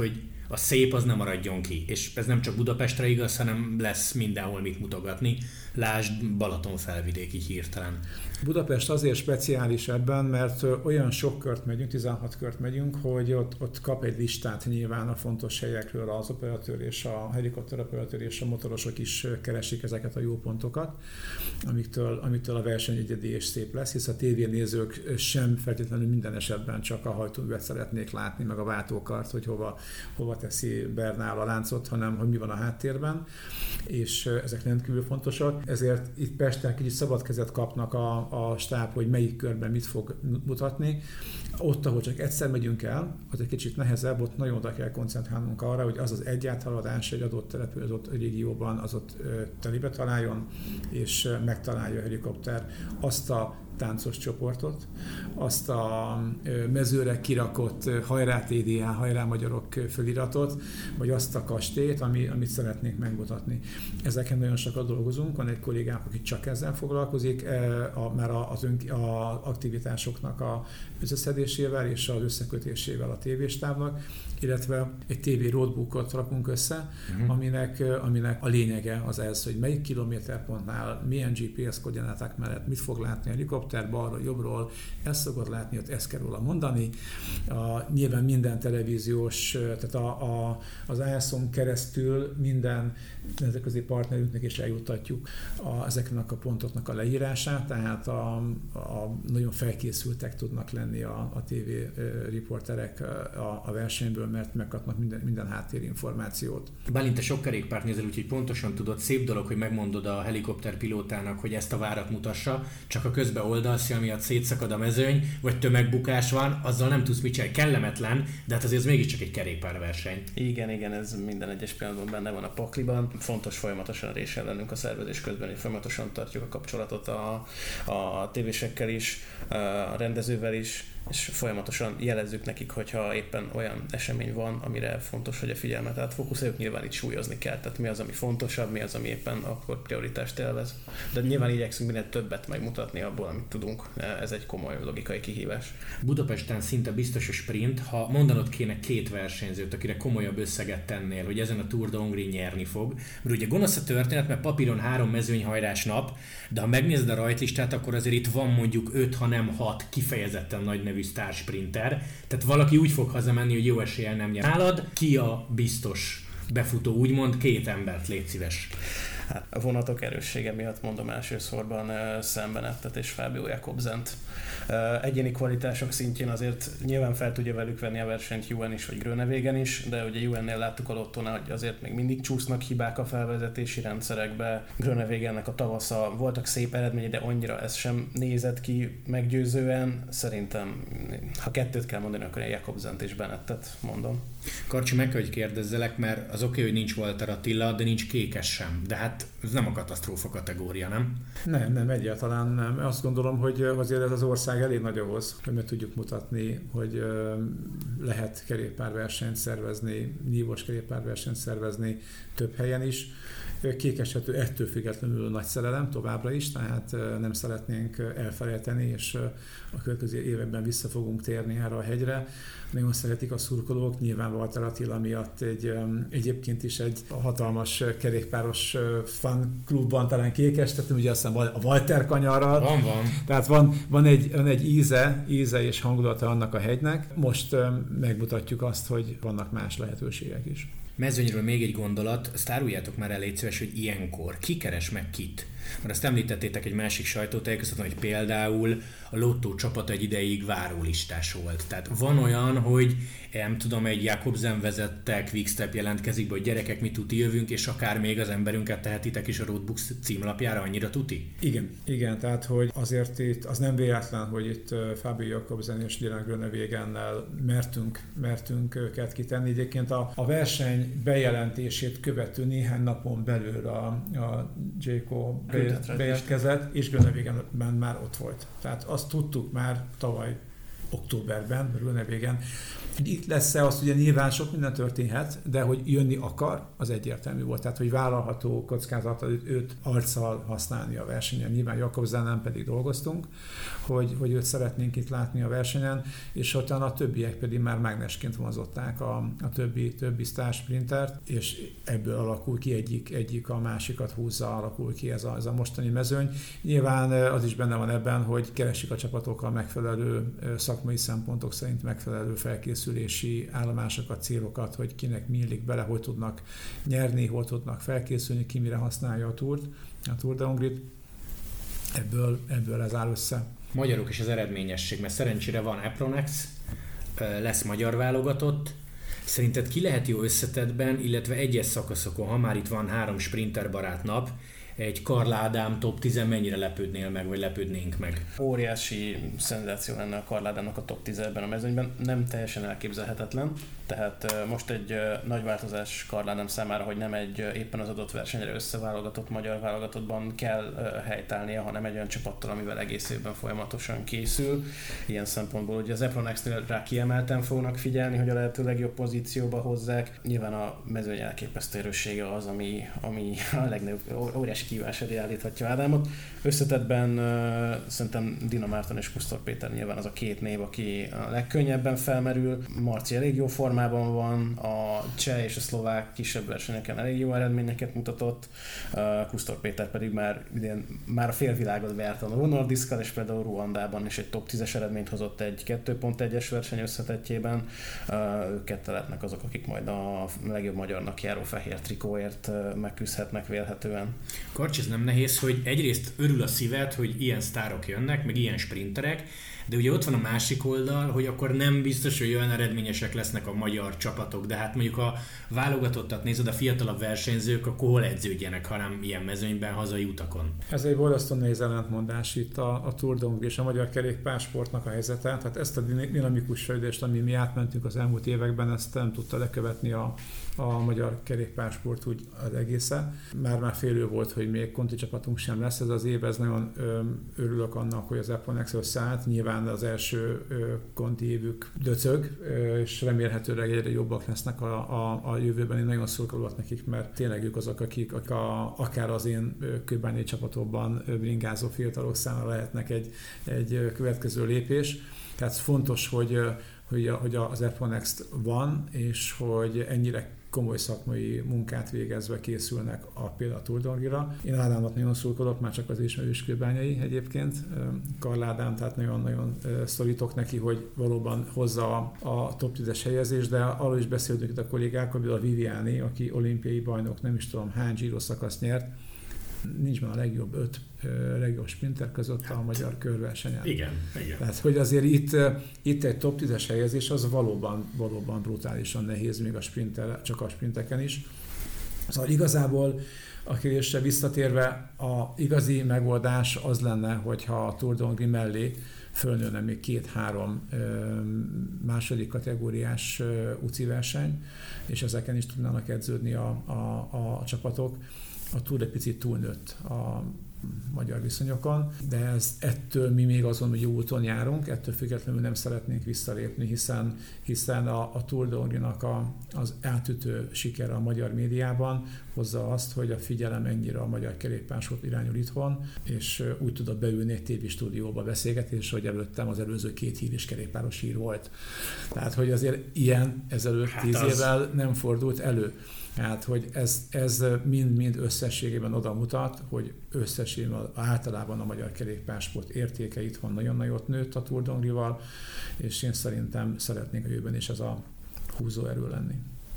a szép az nem maradjon ki. És ez nem csak Budapestre igaz, hanem lesz mindenhol mit mutogatni. Lásd Balaton felvidék így hirtelen. Budapest azért speciális ebben, mert olyan sok kört megyünk, tizenhat kört megyünk, hogy ott, ott kap egy listát nyilván a fontos helyekről az operatőr és a helikopteroperatőr és a motorosok is keresik ezeket a jó pontokat, amiktől, amiktől a verseny egyedi és szép lesz, hisz a tévénézők sem feltétlenül minden esetben csak a hajtóművet szeretnék látni, meg a váltókart, hogy hova, hova teszi Bernál a láncot, hanem hogy mi van a háttérben, és ezek rendkívül fontosak. Ezért itt Pesten kicsit szabad kezet kapnak a, a stáb, hogy melyik körben mit fog mutatni. Ott, ahol csak egyszer megyünk el, az egy kicsit nehezebb, ott nagyon oda kell koncentrálnunk arra, hogy az az egyáltaladás egy adott település, az ott régióban az ott telibe találjon, és megtalálja a helikopter azt a táncos csoportot, azt a mezőre kirakott hajrá té dé á, hajrá magyarok feliratot, vagy azt a kastélyt, ami, amit szeretnénk megmutatni. Ezeken nagyon sokat dolgozunk, van egy kollégánk, aki csak ezzel foglalkozik, a, már az ön, a aktivitásoknak a összeszedésével és az összekötésével a tévéstábnak, illetve egy té vé roadbookot rakunk össze, uh-huh. aminek, aminek a lényege az ez, hogy melyik kilométerpontnál, milyen gé pé es koordináták mellett mit fog látni a helikopter, balról, jobbról, ezt szokott látni, ott ezt kell róla mondani. A, nyilván minden televíziós, tehát a, a, az á es on keresztül minden nemzetközi partnerünknek is eljuttatjuk a, ezeknek a pontoknak a leírását, tehát a, a nagyon felkészültek tudnak lenni a, a té vé riporterek a, a versenyből, mert megkapnak minden, minden háttérinformációt. Bálint, te sok kerékpárt nézel, úgyhogy pontosan tudod, szép dolog, hogy megmondod a helikopterpilótának, hogy ezt a várat mutassa, csak a közben oldalsz, miatt szétszakad a mezőny, vagy tömegbukás van, azzal nem tudsz mit csinálni. Kellemetlen, de hát azért ez mégiscsak egy kerékpárverseny. Igen, igen, ez minden egyes pillanatban benne van a pakliban. Fontos folyamatosan résen lennünk a szervezés közben, hogy folyamatosan tartjuk a kapcsolatot a, a tévésekkel is, a rendezővel is, és folyamatosan jelezzük nekik, hogyha éppen olyan esemény van, amire fontos, hogy a figyelmet átfókuszáljuk, nyilván itt súlyozni kell, tehát mi az, ami fontosabb, mi az, ami éppen akkor prioritást élvez. De nyilván igyekszünk minél többet megmutatni abból, amit tudunk. Ez egy komoly logikai kihívás. Budapesten szinte biztos a sprint, ha mondanod kéne két versenyzőt, akire komolyabb összeget tennél, hogy ezen a Tour de Hongrie nyerni fog. Mert ugye gonosz a történet, mert papíron három mezőnyhajrás nap, de ha megnézed a rajtlistát, akkor azért itt van mondjuk öt, ha nem hat kifejezetten nagy nevű sztársprinter. Tehát valaki úgy fog hazamenni, hogy jó eséllyel nem nyer. Nálad ki a biztos befutó, úgymond két embert, légy szíves. Hát a vonatok erőssége miatt mondom elsősorban uh, Sam Bennettet és Fábio Jakobsent. Uh, egyéni kvalitások szintjén azért nyilván fel tudja velük venni a versenyt Ewan is, vagy Groenewegen is, de ugye Ewannél láttuk a Lottónál, hogy azért még mindig csúsznak hibák a felvezetési rendszerekbe. Groenewegennek a tavasza voltak szép eredményei, de annyira ez sem nézett ki meggyőzően. Szerintem, ha kettőt kell mondani, akkor én Jakobsent és Bennettet mondom. Karcsi, meg kell, hogy kérdezzelek, mert az oké, okay, hogy nincs Walter Attila, de nincs Kékes sem. De hát ez nem a katasztrófa kategória, nem? Nem, nem, egyáltalán nem. Azt gondolom, hogy azért ez az ország elég nagy ahhoz, hogy meg tudjuk mutatni, hogy lehet kerékpárversenyt szervezni, nívós kerékpárversenyt szervezni több helyen is. Kékeshető ettől függetlenül nagy szerelem továbbra is, tehát nem szeretnénk elfelejteni, és a következő években vissza fogunk térni erre a hegyre. Nagyon szeretik a szurkolók, nyilván Walter Attila miatt egy, egyébként is egy hatalmas kerékpáros fanklubban talán Kékes, tehát ugye aztán a Walter kanyarral. Van, van. Tehát van, van, egy, van egy íze, íze és hangulata annak a hegynek. Most megmutatjuk azt, hogy vannak más lehetőségek is. Mezőnyről még egy gondolat, azt áruljátok már el, légy szíves, hogy ilyenkor ki keres meg kit? Mert azt említettétek egy másik sajtótájékoztatón, hogy például a Lottó csapat egy ideig várólistás volt. Tehát van olyan, hogy nem tudom, egy Jakobsen vezette, Quickstep jelentkezik be, hogy gyerekek, mi tuti jövünk, és akár még az emberünket tehetitek is a Roadbook címlapjára, annyira tuti? Igen, igen, tehát hogy azért itt az nem véletlen, hogy itt Fábio Jakobsen és Dylan Groenewegennel mertünk, mertünk őket kitenni. Egyébként a, a verseny bejelentését követő néhány napon belül a, a Jayco bejelentkezett, és Groenewegenben már ott volt. Tehát azt tudtuk már tavaly októberben, örülne végén. Itt lesz-e, azt ugye nyilván sok minden történhet, de hogy jönni akar, az egyértelmű volt. Tehát, hogy vállalható kockázat őt arccal használni a versenyen. Nyilván Jakobsen nem pedig dolgoztunk, hogy, hogy őt szeretnénk itt látni a versenyen, és utána a többiek pedig már mágnesként vonzották a, a többi, többi sztár sprintert, és ebből alakul ki egyik, egyik a másikat húzza, alakul ki ez a, ez a mostani mezőny. Nyilván az is benne van ebben, hogy keresik a csapatok a megfelelő szakmai szempontok szerint megfelelő felkészülési állomásokat, célokat, hogy kinek mi illik bele, hogy tudnak nyerni, hol tudnak felkészülni, ki mire használja a túrt, a Tour de Hongrit. Ebből, ebből ez áll össze. Magyarok és az eredményesség, mert szerencsére van Apronex, lesz magyar válogatott. Szerinted ki lehet jó összetettben, illetve egyes szakaszokon, ha már itt van három sprinter barát nap, egy Karl Ádám top tíz mennyire lepődnél meg, vagy lepődnénk meg? Óriási szenzáció lenne a Karl Ádámnak a top tízben a mezőnyben, nem teljesen elképzelhetetlen. Tehát most egy nagy változás Karl Ádám számára, hogy nem egy éppen az adott versenyre összeválogatott magyar válogatottban kell helytállnia, hanem egy olyan csapattal, amivel egész évben folyamatosan készül. Ilyen szempontból ugye az Apronexnél rá kiemelten fognak figyelni, hogy a lehető legjobb pozícióba hozzák. Nyilván a mezőny elképesztő erőssége az, ami, ami a legnagyobb óriási kívás elé állíthatja Ádámot. Összetettben uh, szerintem Dina Márton és Kusztor Péter nyilván az a két név, aki a legkönnyebben felmerül. Marci elég jó formában van, a cseh és a szlovák kisebb versenyeken elég jó eredményeket mutatott, uh, Kusztor Péter pedig már idén már a félvilágot verte a vonaldiszkal, és például Ruandában is egy top tízes eredményt hozott egy kettő pont egyes verseny összetettjében. Uh, ők ketten lehetnek azok, akik majd a legjobb magyarnak járó fehér trikóért uh, megküzdhetnek vélhetően. Karcs, ez nem nehéz, hogy egyrészt örül a szíved, hogy ilyen sztárok jönnek, meg ilyen sprinterek, de ugye ott van a másik oldal, hogy akkor nem biztos, hogy olyan eredményesek lesznek a magyar csapatok, de hát mondjuk a válogatottat nézed, a fiatalabb versenyzők, akkor hol edződjenek, hanem ilyen mezőnyben, hazai utakon. Ez egy borzasztó nehéz ellentmondás itt a, a Tour de Hongrie és a magyar kerékpársportnak a helyzete. Tehát ezt a dinamikus fejlődést, ami mi átmentünk az elmúlt években, ezt nem tudta lekövetni a, a magyar kerékpársport úgy az egészen. Már-már félő volt, hogy még konti csapatunk sem lesz ez az év, ez nagyon ö, örülök annak, hogy az Apronex összeállt. Nyilván az első ö, konti évük döcög, ö, és remélhetőleg egyre jobbak lesznek a, a, a jövőben. Én nagyon szurkolok nekik, mert tényleg ők azok, akik, akik a, akár az én kőbányai csapatokban bringázó fiatalok számára lehetnek egy, egy következő lépés. Tehát fontos, hogy, hogy, hogy az Apronex van, és hogy ennyire komoly szakmai munkát végezve készülnek a például a Tour de Hongrie-ra. Én Ádámnak nagyon szurkolok, már csak az ismerős kőbányai egyébként. Karl Ádám, tehát nagyon-nagyon szorítok neki, hogy valóban hozza a, a top tízes helyezést, de arról is beszéltünk itt a kollégák, például a Viviani, aki olimpiai bajnok, nem is tudom hány Giro szakaszt nyert, nincs már a legjobb öt uh, legjobb sprinter között a magyar körversenyen. Igen, igen. Tehát, hogy azért itt, itt egy top tízes helyezés az valóban, valóban brutálisan nehéz, még a sprinter, csak a sprinteken is. Szóval igazából a kérdésre visszatérve a igazi megoldás az lenne, hogyha a Tour de Hongrie mellé fölnőne még két-három ö, második kategóriás ö, uci verseny, és ezeken is tudnának edződni a, a, a, a csapatok. A Tour egy picit túlnőtt a magyar viszonyokon, de ez, ettől mi még azon, hogy jó úton járunk, ettől függetlenül nem szeretnénk visszalépni, hiszen, hiszen a, a Tour de Hongrie-nak a, az átütő sikere a magyar médiában hozza azt, hogy a figyelem ennyire a magyar kerékpársport irányul itthon, és úgy tudott beülni egy tévé stúdióba beszélgetés, hogy előttem az előző két hír és kerékpáros hír volt. Tehát, hogy azért ilyen ezelőtt hát tíz az... évvel nem fordult elő. Tehát, hogy ez, ez mind-mind összességében oda mutat, hogy összességében általában a magyar kerékpársport értéke itthon nagyon nagyot nőtt a Tour de Hongrie-val, és én szerintem szeretnénk a jövőben is ez a húzóerő lenni.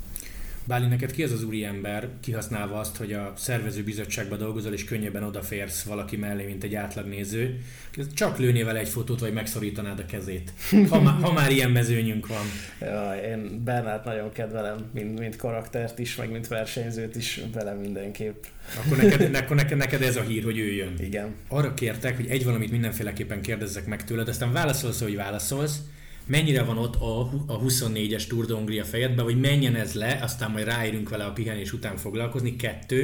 Bálint, neked ki az az úriember, kihasználva azt, hogy a szervezőbizottságban dolgozol, és könnyebben odaférsz valaki mellé, mint egy átlagnéző, csak lőnél vele egy fotót, vagy megszorítanád a kezét, ha, má, ha már ilyen mezőnyünk van. Ja, én Bernát nagyon kedvelem, mint, mint karaktert is, meg mint versenyzőt is, vele mindenképp. Akkor neked, akkor neked, neked ez a hír, hogy ő jön. Igen. Arra kértek, hogy egy valamit mindenféleképpen kérdezzek meg tőled, aztán válaszolsz, hogy válaszolsz. Mennyire van ott a, a huszonnégyes Tour de Hongrie fejedben, hogy menjen ez le, aztán majd ráérünk vele a pihenés után foglalkozni. Kettő,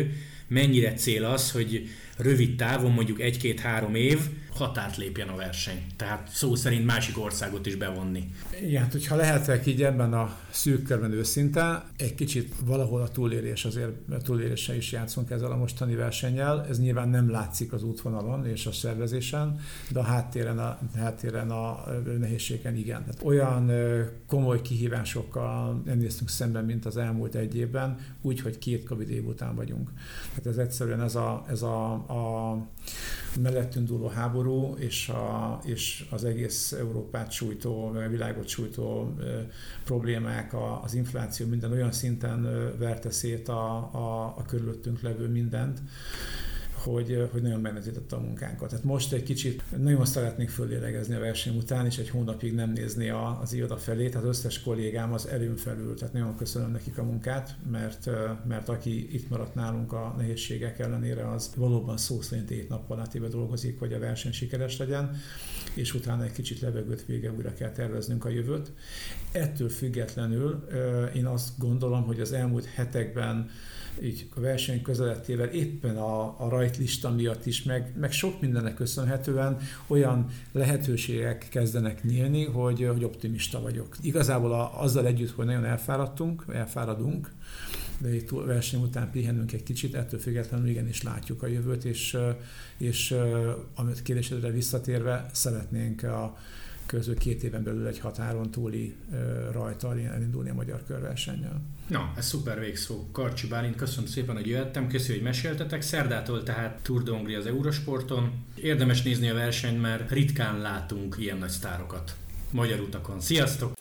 mennyire cél az, hogy rövid távon, mondjuk egy-két-három év határt lépjen a verseny. Tehát szó szerint másik országot is bevonni. Igen, hát hogyha lehetek így ebben a szűk körben őszinte, egy kicsit valahol a túlélés azért, a túléléssel is játszunk ezzel a mostani versennyel. Ez nyilván nem látszik az útvonalon és a szervezésen, de a háttéren a, háttéren a nehézségen igen. Tehát olyan komoly kihívásokkal nem néztünk szemben, mint az elmúlt egy évben, úgyhogy két Covid év után vagyunk. Tehát ez egyszerűen ez a, ez a, a mellettünk dúló háború és, a, és az egész Európát sújtó, meg a világot sújtó e, problémák, a, az infláció minden olyan szinten e, verte szét a, a, a körülöttünk levő mindent, hogy, hogy nagyon megnehezítette a munkánkat. Tehát most egy kicsit nagyon szeretnénk fölélegezni a verseny után, és egy hónapig nem nézni a, az iroda felé, tehát az összes kollégám az erőn felül, tehát nagyon köszönöm nekik a munkát, mert, mert aki itt maradt nálunk a nehézségek ellenére, az valóban szó szerint hét nappal átéve dolgozik, hogy a verseny sikeres legyen, és utána egy kicsit levegőt vége újra kell terveznünk a jövőt. Ettől függetlenül én azt gondolom, hogy az elmúlt hetekben így a verseny közelettével éppen a, a rajtlista miatt is, meg, meg sok mindennek köszönhetően olyan lehetőségek kezdenek nyílni, hogy, hogy optimista vagyok. Igazából a, azzal együtt, hogy nagyon elfáradtunk, elfáradunk, de itt verseny után pihenünk egy kicsit, ettől függetlenül igenis látjuk a jövőt, és, és amit kérdésedre visszatérve szeretnénk a közül két éven belül egy határon túli rajttal elindulni a magyar körversennyel. Na, ez szuper végszó. Karcsi Bálint, köszönöm szépen, hogy jöttem, köszönöm, hogy meséltetek. Szerdától tehát Tour de Hongrie az Eurosporton. Érdemes nézni a versenyt, mert ritkán látunk ilyen nagy sztárokat magyar utakon. Sziasztok!